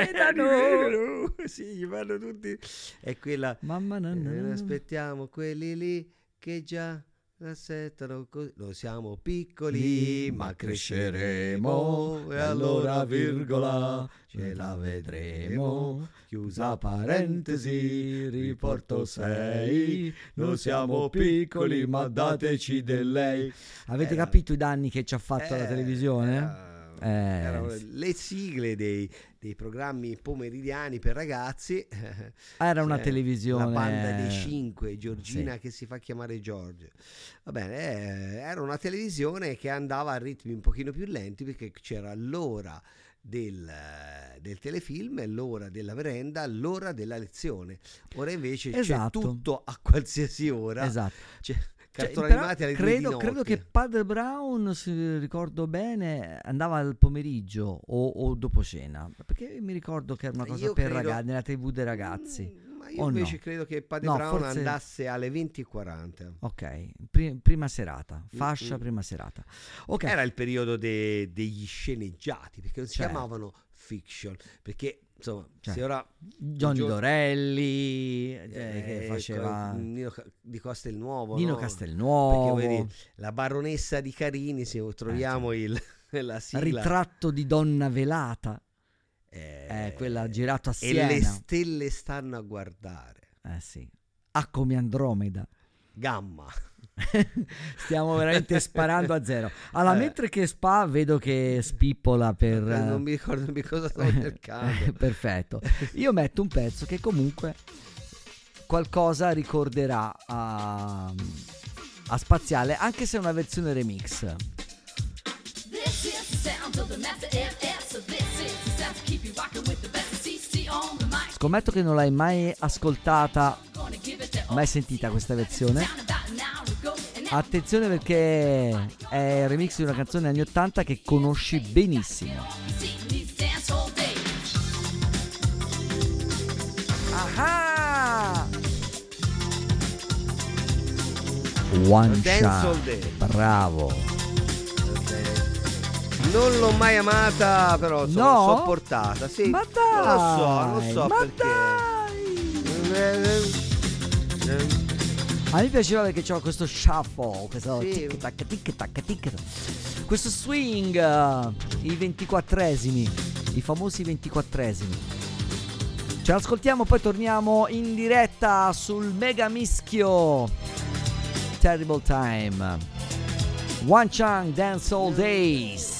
vedano. sì, gli vanno tutti, è quella Mamma aspettiamo quelli lì che già aspettano, noi siamo piccoli ma cresceremo e allora virgola ce la vedremo, chiusa parentesi, riporto 6, noi siamo piccoli ma dateci del lei. Avete capito i danni che ci ha fatto la televisione? Erano Sì. le sigle dei programmi pomeridiani per ragazzi. Era una televisione, la banda dei 5, Giorgina sì, che si fa chiamare Giorgio. Va bene, era una televisione che andava a ritmi un pochino più lenti, perché c'era l'ora del telefilm, l'ora della merenda, l'ora della lezione. Ora invece esatto, c'è tutto a qualsiasi ora. Esatto. Cartoni però animati alle 2 di notte. credo che Padre Brown, se ricordo bene, andava al pomeriggio o dopo cena, perché mi ricordo che era una cosa Io per credo- ragazzi, nella TV dei ragazzi. Ma io O invece no? credo che Padre No, Brown forse- andasse alle 20:40. Ok, prima serata, fascia prima serata. Ok, Era il periodo degli sceneggiati, perché non si Certo. chiamavano fiction, perché insomma, Certo. se ora Johnny Gio- Dorelli che faceva Nino di Castelnuovo, Nino no? Castelnuovo, Perché vuoi dire, la baronessa di Carini, se troviamo la sigla, Ritratto di donna velata, quella girato a e Siena. le stelle stanno a guardare. Sì. Ah, come Andromeda. Gamma. Stiamo veramente sparando a zero. Allora, mentre che Spa vedo che spippola per Non mi ricordo più cosa stavo cercando. perfetto. Io metto un pezzo che comunque qualcosa ricorderà a Spaziale, anche se è una versione remix. This is the sound of the Master MS. So this is the sound to keep you rocking with the best CC on the mic. Scommetto che non l'hai mai ascoltata, Gonna give it the mai sentita questa versione. sound about an hour ago. And now Attenzione, perché è il remix di una canzone anni 80 che conosci benissimo. you see these dance all day. Ah! One Dance All Shot. Day. Bravo. Non l'ho mai amata, però insomma, No? l'ho sopportata. Sì, Ma dai, non lo so ma perché. A me piaceva perché c'era questo shuffle, questo Sì. tic tac tic tac tic tac. Questo swing, i 24esimi, i famosi 24esimi. Ce l'ascoltiamo, poi torniamo in diretta sul mega mischio Terrible Time. One Chang Dance All Days.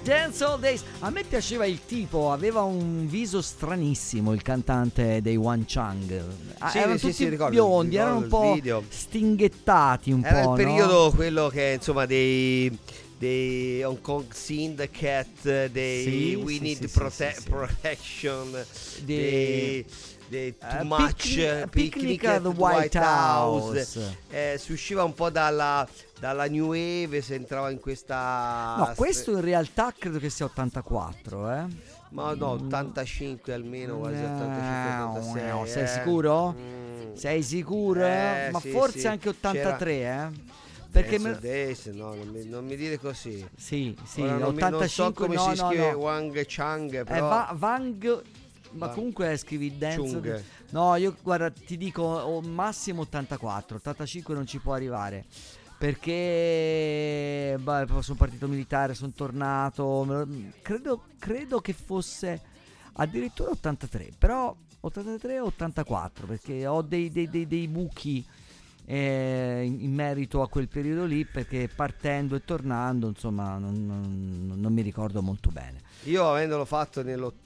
Dance All Days. A me piaceva il tipo, aveva un viso stranissimo il cantante dei Wan Chang. Sì, Erano sì, tutti sì, ricordo biondi, erano un il po' video. stinghettati un Era po', il no? periodo quello che insomma dei Hong Kong Syndicate, dei Sì, We sì, Need sì, sì. Protection, Dei- dei Too Much Picnic at the White House. Si usciva un po' dalla New Wave, si entrava in questa... No, questo in realtà credo che sia 84, eh? Ma no, 85 almeno, quasi 85-86. No, sei sicuro? Mm. Sei sicuro? Ma Sì, forse sì. anche 83, C'era- Perché Dance of Days, no, non mi dire così. Sì, Ora non 85 so come no, si scrive no. Wang Chang, però Vang, ma Vang- comunque scrivi Dance. Chung. No, io guarda, ti dico massimo 84, 85 non ci può arrivare. Perché sono partito militare, sono tornato. Credo che fosse addirittura 83, però 83 o 84, perché ho dei buchi in merito a quel periodo lì, perché partendo e tornando, insomma, non mi ricordo molto bene. io avendolo fatto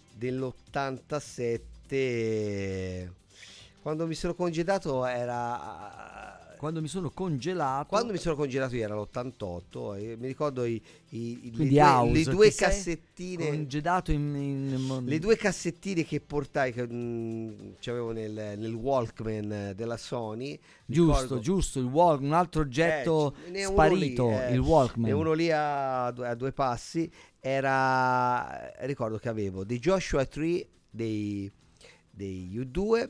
nell'87, quando mi sono congedato era... Quando mi sono congelato, Quando mi sono congelato io era l'88 e mi ricordo quindi house, le due ti sei cassettine... congedato Le due cassettine che portai, che c'avevo nel Walkman della Sony. giusto, il Walkman, un altro oggetto sparito, il Walkman. E uno lì a due passi ricordo che avevo dei Joshua Tree, dei U2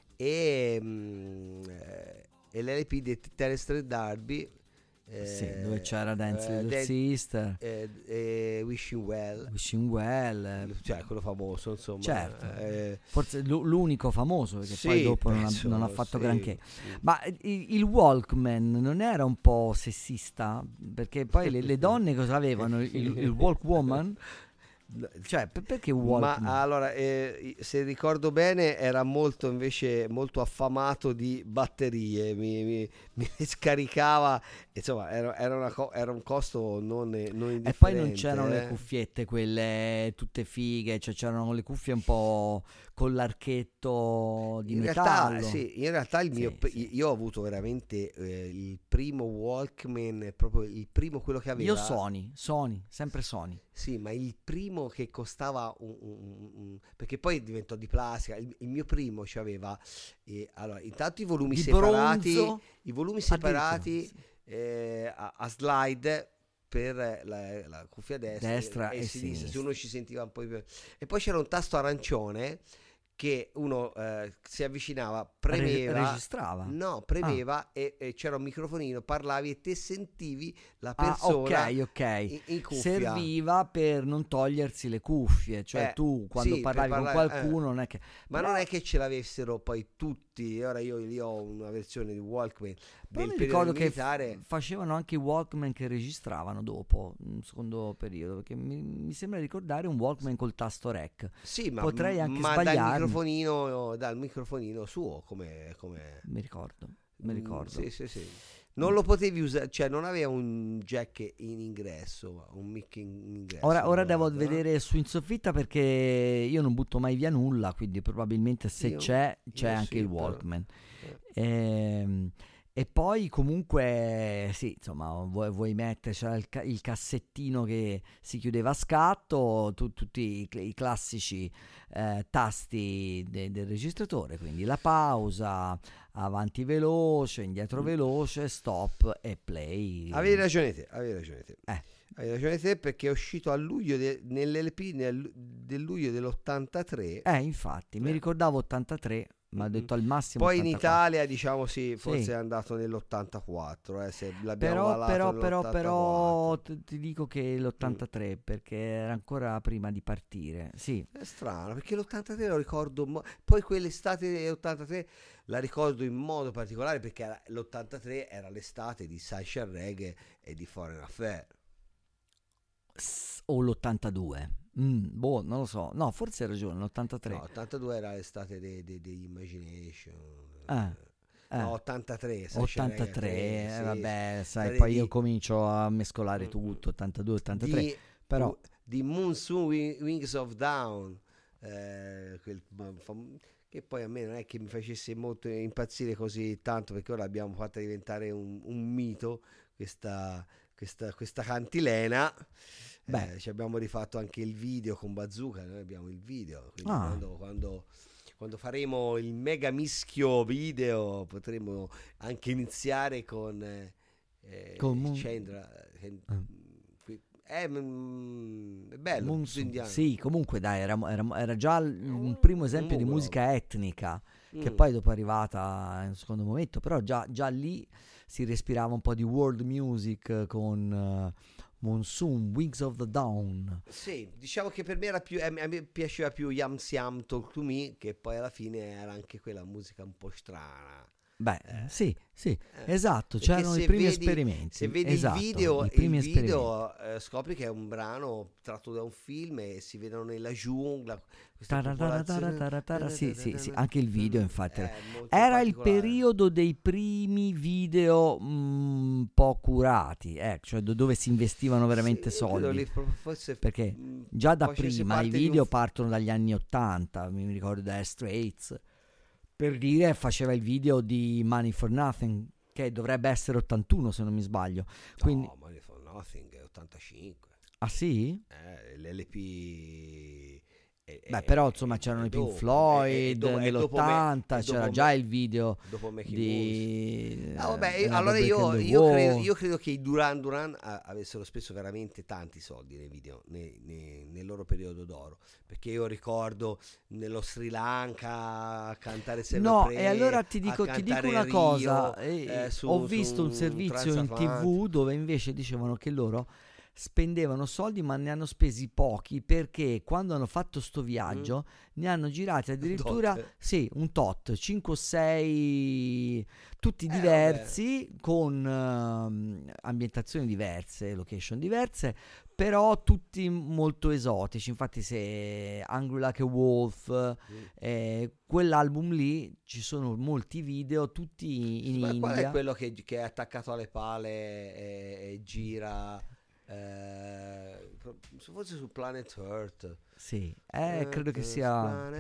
e l'LP di Terence Street D'Arby, Sì, dove c'era Dance Little Sister, Wishing Well, cioè, quello famoso, insomma. certo, forse l'unico famoso, perché sì, poi dopo penso, non ha fatto sì, granché. sì. Ma il Walkman non era un po' sessista? Perché poi le donne cosa avevano? Il Walkwoman? Cioè, perché Walkman? Ma allora, se ricordo bene, era invece molto affamato di batterie, mi scaricava, insomma, era un costo non indifferente. E poi non c'erano le cuffiette, quelle tutte fighe, cioè c'erano le cuffie un po' con l'archetto di metallo. In realtà Sì. io ho avuto veramente il primo Walkman, proprio il primo, quello che aveva. Io Sony, sempre Sony. Sì, ma il primo che costava perché poi diventò di plastica. Il mio primo c'aveva allora, intanto i volumi Di separati, bronzo? separati a slide per la cuffia destra E sinistra, se sinistra. uno ci sentiva un po' più. E poi c'era un tasto arancione che uno si avvicinava, premeva, registrava? no, premeva e c'era un microfonino, parlavi e te sentivi la persona ok. in cuffia. Serviva per non togliersi le cuffie, cioè tu quando sì, parlavi per con parlare, qualcuno non è che... ma non è che ce l'avessero poi tutti. Ora io lì ho una versione di Walkman Però del mi periodo ricordo che militare. facevano anche i Walkman che registravano dopo, un secondo periodo, perché mi sembra ricordare un Walkman col tasto rec. Sì, ma, potrei anche ma sbagliarmi. dal microfonino suo come Mi ricordo. Sì. Non lo potevi usare, cioè non aveva un jack in ingresso, un mic in ingresso. Ora devo no? vedere su in soffitta, perché io non butto mai via nulla, quindi probabilmente se Io- c'è io anche sì, il però. Walkman. E poi comunque sì, insomma, vuoi mettere, c'era il cassettino che si chiudeva a scatto, tutti i classici tasti del registratore, quindi la pausa, avanti veloce, indietro veloce, stop e play. Avevi ragione te. Avevi ragione te, perché è uscito a luglio nell'LP del luglio dell'83. Infatti, mi ricordavo 83, ma ho detto al massimo Poi 84. in Italia, diciamo, sì, forse Sì. è andato nell'84, se l'abbiamo valato Però ti dico che l'83, perché era ancora prima di partire. Sì, È strano, perché l'83 lo ricordo, poi quell'estate dell'83 la ricordo in modo particolare, perché l'83 era l'estate di Sunshine Reggae e di Foreign Affair. o l'82. Non lo so. No, forse hai ragione, l'83. No, 82 era l'estate degli Imagination. No, 83, 83, sì, vabbè, sai, Stare poi di- io comincio a mescolare tutto, 82, 83. Però di Monsoon Wings of Down, che poi a me non è che mi facesse molto impazzire così tanto, perché ora l'abbiamo fatta diventare un mito questa cantilena. Ci abbiamo rifatto anche il video con Bazooka, noi abbiamo il video, quindi quando faremo il mega mischio video potremo anche iniziare con Chandra. È bello, sì, comunque dai, era già un primo esempio di musica etnica, che poi dopo è arrivata in un secondo momento, però già lì si respirava un po' di world music con Monsoon, Wings of the Dawn. Sì, diciamo che per me era più, a me piaceva più Yam Siam Talk to Me, che poi alla fine era anche quella musica un po' strana. Sì, esatto, c'erano i primi esperimenti. Se vedi il video, scopri che è un brano tratto da un film e si vedono nella giungla. Sì, anche il video infatti era il periodo dei primi video un po' curati, cioè dove si investivano veramente soldi, perché già da prima i video partono dagli anni 80, mi ricordo da Straits, per dire, faceva il video di Money for Nothing, che dovrebbe essere 81 se non mi sbaglio. Quindi... No, Money for Nothing è 85. Ah sì? L'LP... però insomma c'erano i Pink Floyd nell'80, c'era già il video dopo di... allora io credo che i Duran Duran avessero speso veramente tanti soldi nei video nel loro periodo d'oro, perché io ricordo nello Sri Lanka cantare sempre e allora ti dico una cosa, ho visto un servizio in TV dove invece dicevano che loro spendevano soldi ma ne hanno spesi pochi, perché quando hanno fatto sto viaggio ne hanno girati addirittura un tot, 5 o 6 tutti diversi, con ambientazioni diverse, location diverse, però tutti molto esotici. Infatti se Hungry Like a Wolf, quell'album lì, ci sono molti video tutti in India. Qual è quello che è attaccato alle pale e gira... forse su Planet Earth, credo che sia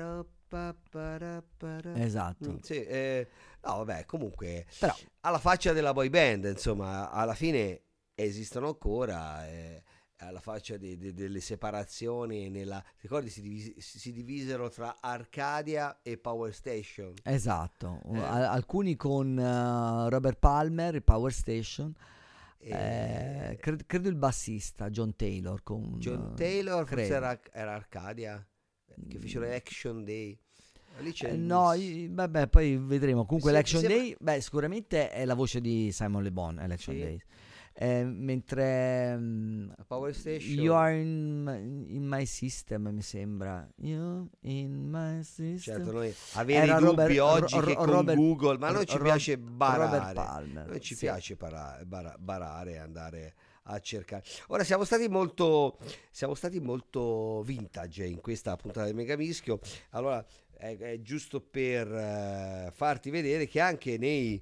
esatto. Comunque però alla faccia della boy band, insomma, alla fine esistono ancora, alla faccia delle separazioni ricordi si divisero tra Arcadia e Power Station, esatto, alcuni con Robert Palmer, il Power Station. Credo il bassista John Taylor forse era Arcadia, che fecero l'Action Day. Lì c'è poi vedremo. Comunque l'Action Day sicuramente è la voce di Simon Le Bon, l'Action Day. Mentre Power Station, You Are in My System, mi sembra. You in My System. Certo, noi avere i dubbi oggi che con Google, ma non ci piace barare, non ci piace barare e andare a cercare. Ora siamo stati molto vintage in questa puntata del Mega Mischio. Allora è giusto per farti vedere che anche nei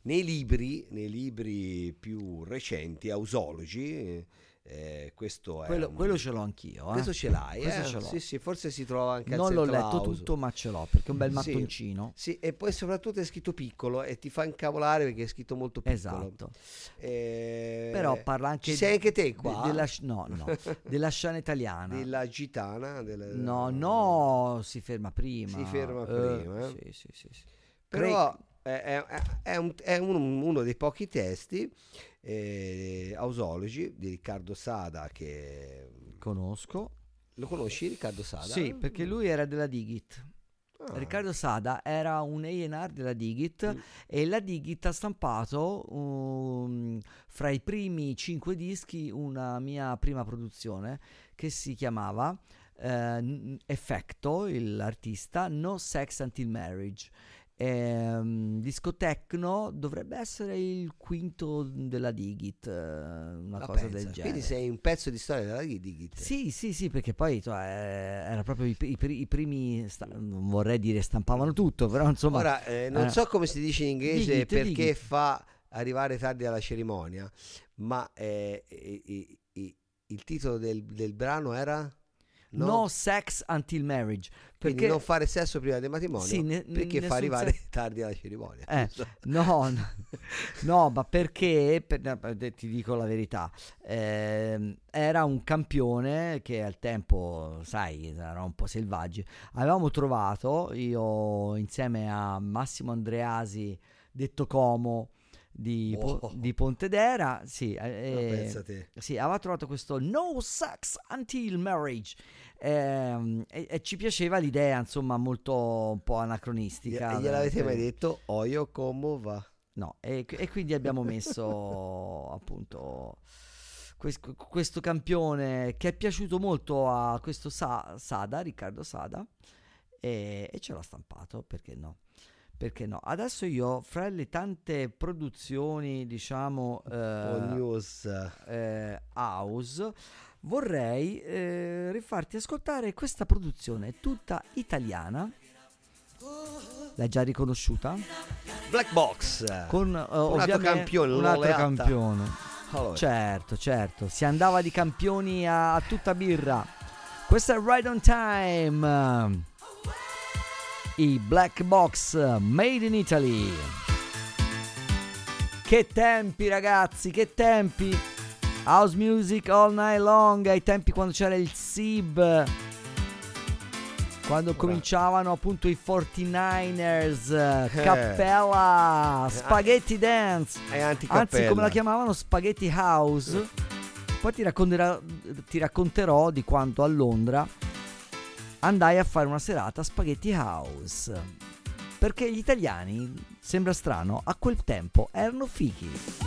libri più recenti, Ausology, questo è quello ce l'ho anch'io. Questo ce l'hai? Questo ce l'ho. Sì, forse si trova anche al non l'ho Centro letto House. tutto, ma ce l'ho, perché è un bel mattoncino. Sì, e poi soprattutto è scritto piccolo e ti fa incavolare perché è scritto molto piccolo. Esatto. Però parla anche... Ci sei anche te qua? Della scena italiana. Della gitana? No, si ferma prima. Sì. Però è uno dei pochi testi, Ausology di Riccardo Sada, che conosco. Lo conosci Riccardo Sada? Sì, perché lui era della Digit. Riccardo Sada era un A&R della Digit e la Digit ha stampato fra i primi 5 dischi una mia prima produzione che si chiamava Effecto, l'artista, No Sex Until Marriage. Disco techno, dovrebbe essere il quinto della Digit, una cosa del genere. Quindi sei un pezzo di storia della Digit. Sì, perché poi era proprio i primi non vorrei dire stampavano tutto, però insomma. Ora non so come si dice in inglese, Digit, perché Digit. fa arrivare tardi alla cerimonia, ma il titolo del brano era? No Sex Until Marriage. Quindi Perché non fare sesso prima del matrimonio, Sì, perché fa nessun arrivare sesso. tardi alla cerimonia. giusto? No, no, ma perché, ti dico la verità, era un campione che al tempo, sai, era un po' selvaggi. Avevamo trovato, io insieme a Massimo Andreasi, detto Como, di Pontedera, sì, pensa te. sì, aveva trovato questo No Sex Until Marriage. E ci piaceva l'idea, insomma, molto un po' anacronistica. E gliel'avete mai detto? Oio come va? No, e quindi abbiamo messo appunto questo campione che è piaciuto molto a questo Sada, Riccardo Sada, e ce l'ha stampato, perché no? Perché no? Adesso io, fra le tante produzioni, diciamo, news. house, vorrei rifarti ascoltare questa produzione tutta italiana. L'hai già riconosciuta? Black Box. Con un altro ovviamente campione, un altro laureata. campione. Allora, Certo, si andava di campioni a tutta birra. Questo è Right on Time. I Black Box Made in Italy. Che tempi, ragazzi, che tempi. House music all night long, ai tempi quando c'era il SIB, quando cominciavano appunto i 49ers, Cappella, Spaghetti Dance, è anticappella. anzi come la chiamavano, Spaghetti House. Poi ti racconterò di quanto a Londra andai a fare una serata Spaghetti House, perché gli italiani, sembra strano, a quel tempo erano fighi.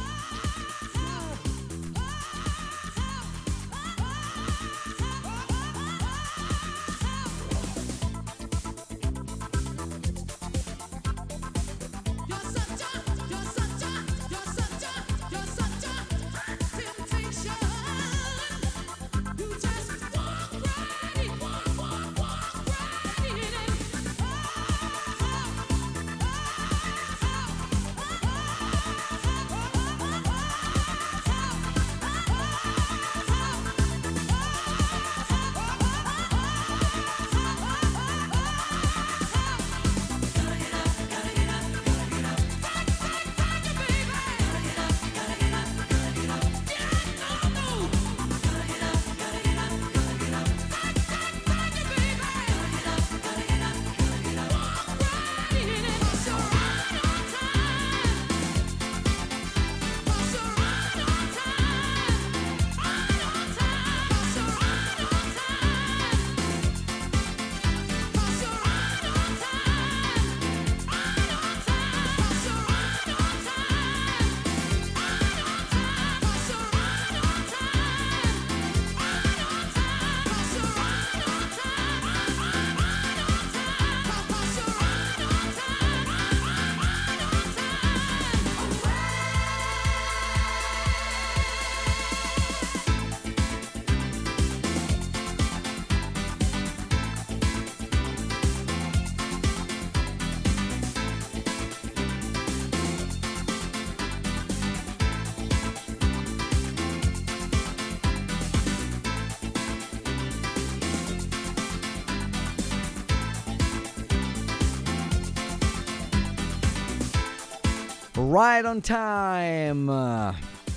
Right on Time.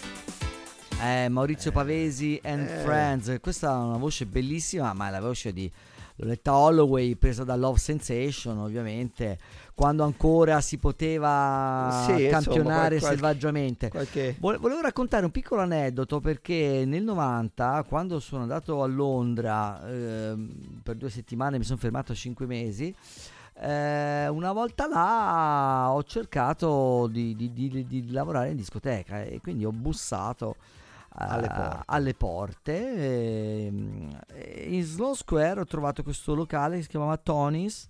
Maurizio Pavesi and Friends. Questa è una voce bellissima, ma è la voce di Loletta Holloway, presa da Love Sensation, ovviamente, quando ancora si poteva campionare selvaggiamente. Volevo raccontare un piccolo aneddoto, perché nel 90, quando sono andato a Londra per 2 settimane, mi sono fermato 5 mesi. Una volta là ho cercato di lavorare in discoteca, e quindi ho bussato alle porte. In Sloane Square ho trovato questo locale che si chiamava Tony's,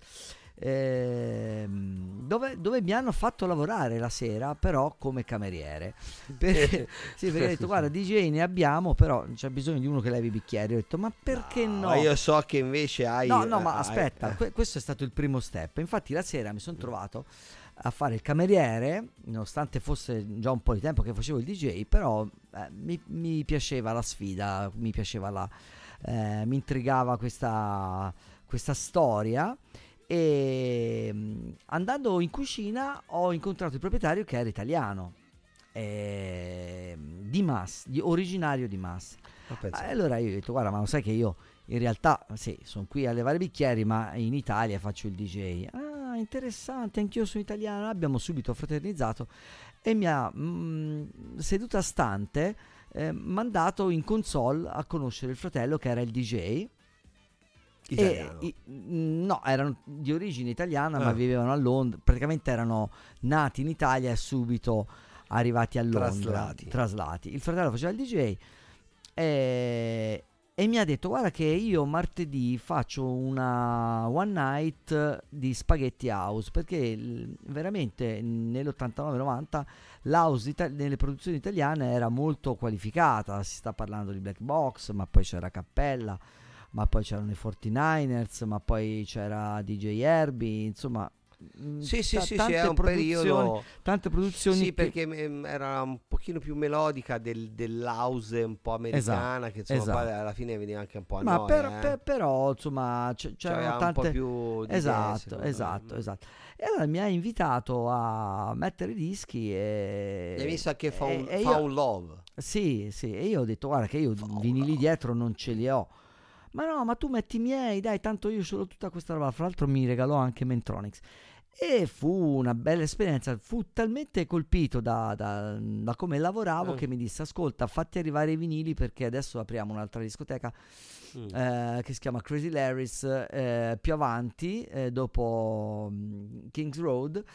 dove mi hanno fatto lavorare la sera, però come cameriere, perché ho detto guarda DJ ne abbiamo, però c'è bisogno di uno che levi i bicchieri. Ho detto ma perché no? Ma io so che invece hai no ma aspetta, questo è stato il primo step. Infatti la sera mi sono trovato a fare il cameriere, nonostante fosse già un po' di tempo che facevo il DJ, però mi piaceva la sfida, mi intrigava questa storia. E andando in cucina ho incontrato il proprietario, che era italiano, originario di Massa. Allora io ho detto: guarda, ma lo sai che io in realtà sì, sono qui a levare bicchieri, ma in Italia faccio il DJ. Ah, interessante, anch'io sono italiano. Abbiamo subito fraternizzato e mi ha seduta stante mandato in console a conoscere il fratello, che era il DJ. Italiano. No, erano di origine italiana, ma vivevano a Londra. Praticamente erano nati in Italia e subito arrivati a Londra, traslati. Il fratello faceva il DJ e mi ha detto: guarda che io martedì faccio una one night di Spaghetti House, perché veramente nell'89-90 l'house nelle produzioni italiane era molto qualificata. Si sta parlando di Black Box, ma poi c'era Cappella, ma poi c'erano i 49ers, ma poi c'era DJ Herbie, insomma. Sì, è un periodo. Tante produzioni. Sì, perché era un pochino più melodica dell'house un po' americana, che insomma poi alla fine veniva anche un po' a noia. Però insomma c'erano tante. Un po' più di esatto. E allora mi ha invitato a mettere dischi e hai visto anche Found Love? Sì, e io ho detto: guarda che io vinili dietro non ce li ho. Ma no, ma tu metti i miei, dai, tanto io ce l'ho tutta questa roba. Fra l'altro mi regalò anche Mentronics. E fu una bella esperienza. Fu talmente colpito da come lavoravo che mi disse: ascolta, fatti arrivare i vinili, perché adesso apriamo un'altra discoteca che si chiama Crazy Larry's, più avanti, dopo Kings Road,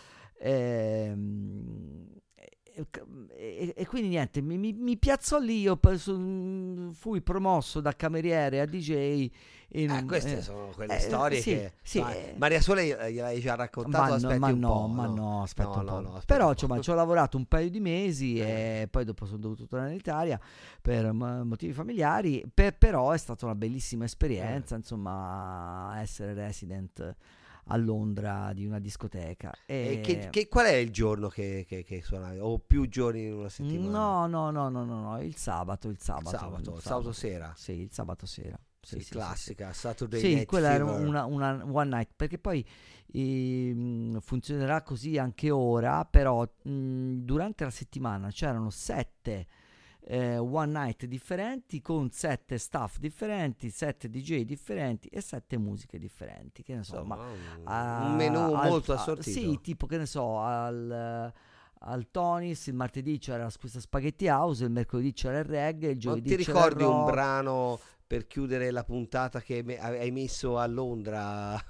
e quindi niente, mi piazzò lì. Io fui promosso da cameriere a DJ. Queste sono quelle storie che Maria Sole gliel'hai già raccontato. Aspetta un po'. Però insomma ci ho lavorato un paio di mesi e poi dopo sono dovuto tornare in Italia per motivi familiari, però è stata una bellissima esperienza, insomma, essere resident a Londra di una discoteca. Qual è il giorno che suonavi? O più giorni in una settimana? No, il sabato sera. Sì, il sabato sera. Sì, classica, Saturday Night quella Fever. Era una one night, perché poi funzionerà così anche ora, però durante la settimana c'erano 7 one night differenti, con 7 staff differenti, 7 DJ differenti e 7 musiche differenti, che ne so. Insomma, un menù molto assortito. Sì, tipo, che ne so, al Tony's il martedì c'era questa Spaghetti House, il mercoledì c'era il reggae, il giovedì c'era il rock. Ti ricordi un brano per chiudere la puntata che hai messo a Londra?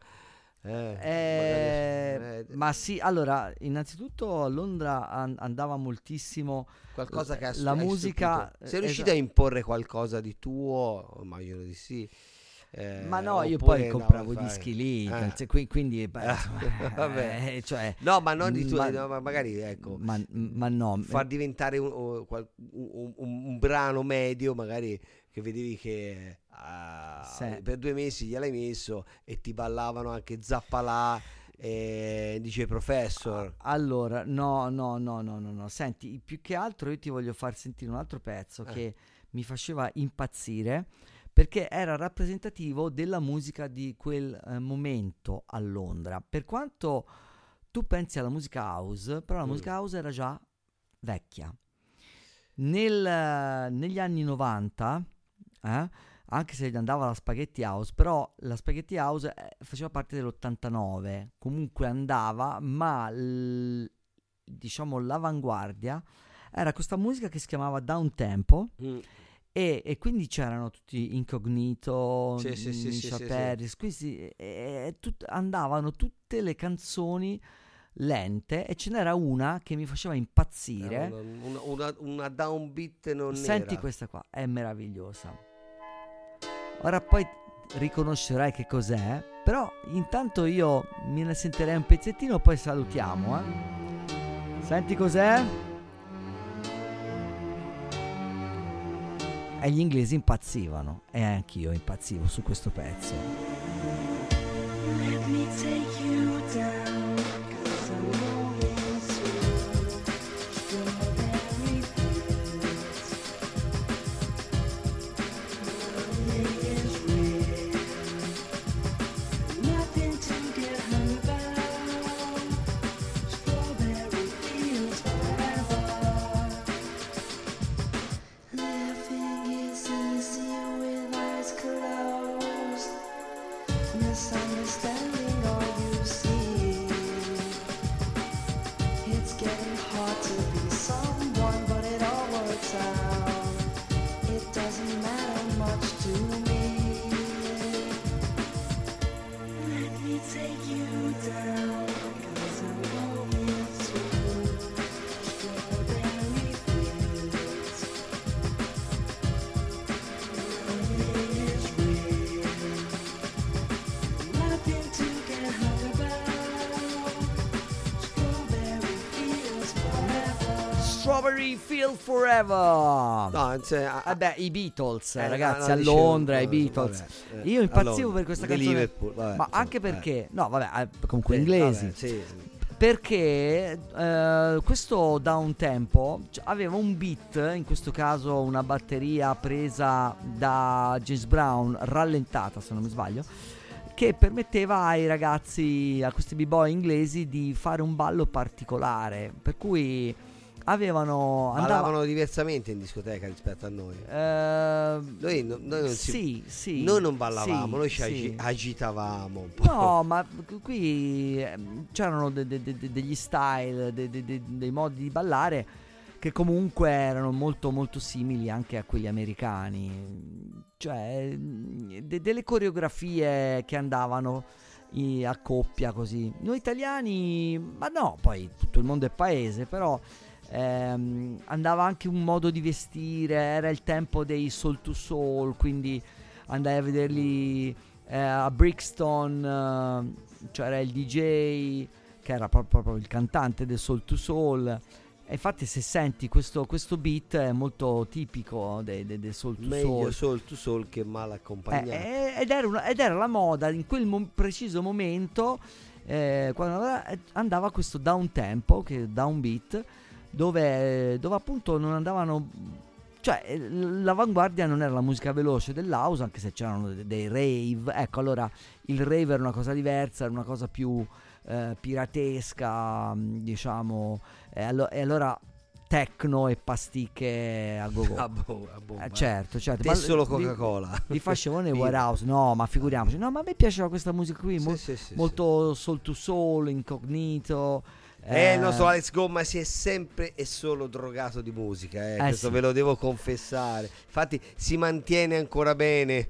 Ma sì, allora, innanzitutto a Londra andava moltissimo qualcosa che la musica. Sei riuscito a imporre qualcosa di tuo? Immagino di sì. Ma no, io poi compravo i dischi lì, quindi vabbè. Cioè, no, ma non di tuo, ma magari ecco, ma no, far diventare un brano medio, magari, che vedevi che per 2 mesi gliel'hai messo e ti ballavano anche Zappalà e DJ Professor. Allora no, senti, più che altro io ti voglio far sentire un altro pezzo che mi faceva impazzire, perché era rappresentativo della musica di quel momento a Londra. Per quanto tu pensi alla musica house, però la musica house era già vecchia. Negli anni 90, anche se andava la Spaghetti House, però la Spaghetti House faceva parte dell'89, comunque andava, ma diciamo l'avanguardia era questa musica che si chiamava down tempo. E quindi c'erano tutti Incognito, Misha Paris, andavano tutte le canzoni lente, e ce n'era una che mi faceva impazzire, una downbeat non senti nera. Questa qua è meravigliosa. Ora poi riconoscerai che cos'è, però intanto io me ne sentirei un pezzettino, poi salutiamo. Senti cos'è? E gli inglesi impazzivano, e anch'io impazzivo su questo pezzo. Let me take you down, 'cause I'm misunderstanding all you see. It's getting hard to be someone, but it all works out. It doesn't matter much to me. Let me take you down, 'cause I know it's true. Strawberry fields, nothing is real. Nothing to get hung about. Strawberry fields forever. Strawberry Field Forever. No, cioè, Vabbè, i Beatles, no, ragazzi, no, a dicevo, Londra, i Beatles. vabbè, Io a impazzivo Londra, per questa di canzone. Liverpool, vabbè, Ma insomma, anche perché, no, vabbè, comunque sì, inglesi. vabbè, sì. Perché questo down tempo aveva un beat, in questo caso una batteria presa da James Brown, rallentata se non mi sbaglio, che permetteva ai ragazzi, a questi b-boy inglesi, di fare un ballo particolare, per cui Ballavano diversamente in discoteca rispetto a noi. Noi non sì, noi non ballavamo, sì, noi ci sì. agitavamo un po'. No, ma qui c'erano degli style, dei modi di ballare che comunque erano molto molto simili anche a quelli americani. Cioè delle coreografie che andavano a coppia così. Noi italiani, ma no, poi tutto il mondo è paese, però andava anche un modo di vestire, era il tempo dei Soul to Soul, quindi andai a vederli a Brixton, c'era il DJ che era proprio il cantante del Soul to Soul, e infatti se senti questo beat è molto tipico del Soul to Meglio Soul. Soul to Soul che mal accompagnato. Ed era la moda in quel preciso momento, quando andava questo down tempo, che down beat, dove appunto non andavano, cioè l'avanguardia non era la musica veloce dell'house, anche se c'erano dei rave. Ecco, allora il rave era una cosa diversa, era una cosa più piratesca, diciamo, e allora techno e pasticche a go-go. A bomba. Certo. Te Ma solo Coca-Cola. li facevano nei Birra. warehouse, no, ma figuriamoci. No, ma a me piaceva questa musica qui, Sì, molto soul to soul, incognito. Il nostro Alex Gomma si è sempre e solo drogato di musica, questo sì. ve lo devo confessare. Infatti si mantiene ancora bene.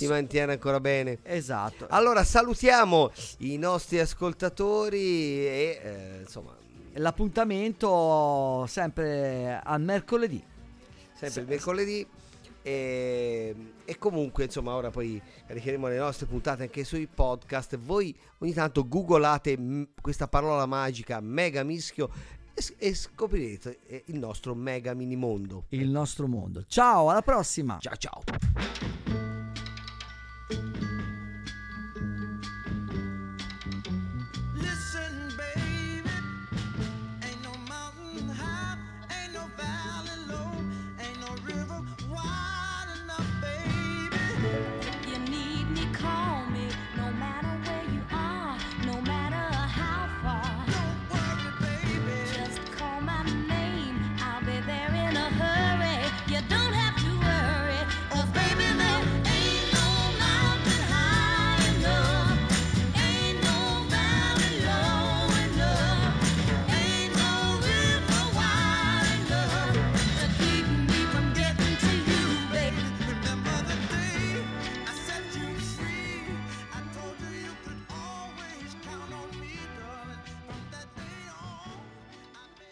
Esatto. Allora salutiamo i nostri ascoltatori e insomma, L'appuntamento sempre al mercoledì. sempre il mercoledì. E comunque insomma ora poi caricheremo le nostre puntate anche sui podcast. Voi ogni tanto googolate questa parola magica mega mischio e scoprirete il nostro mega mini mondo. Il nostro mondo. Ciao, alla prossima. Ciao.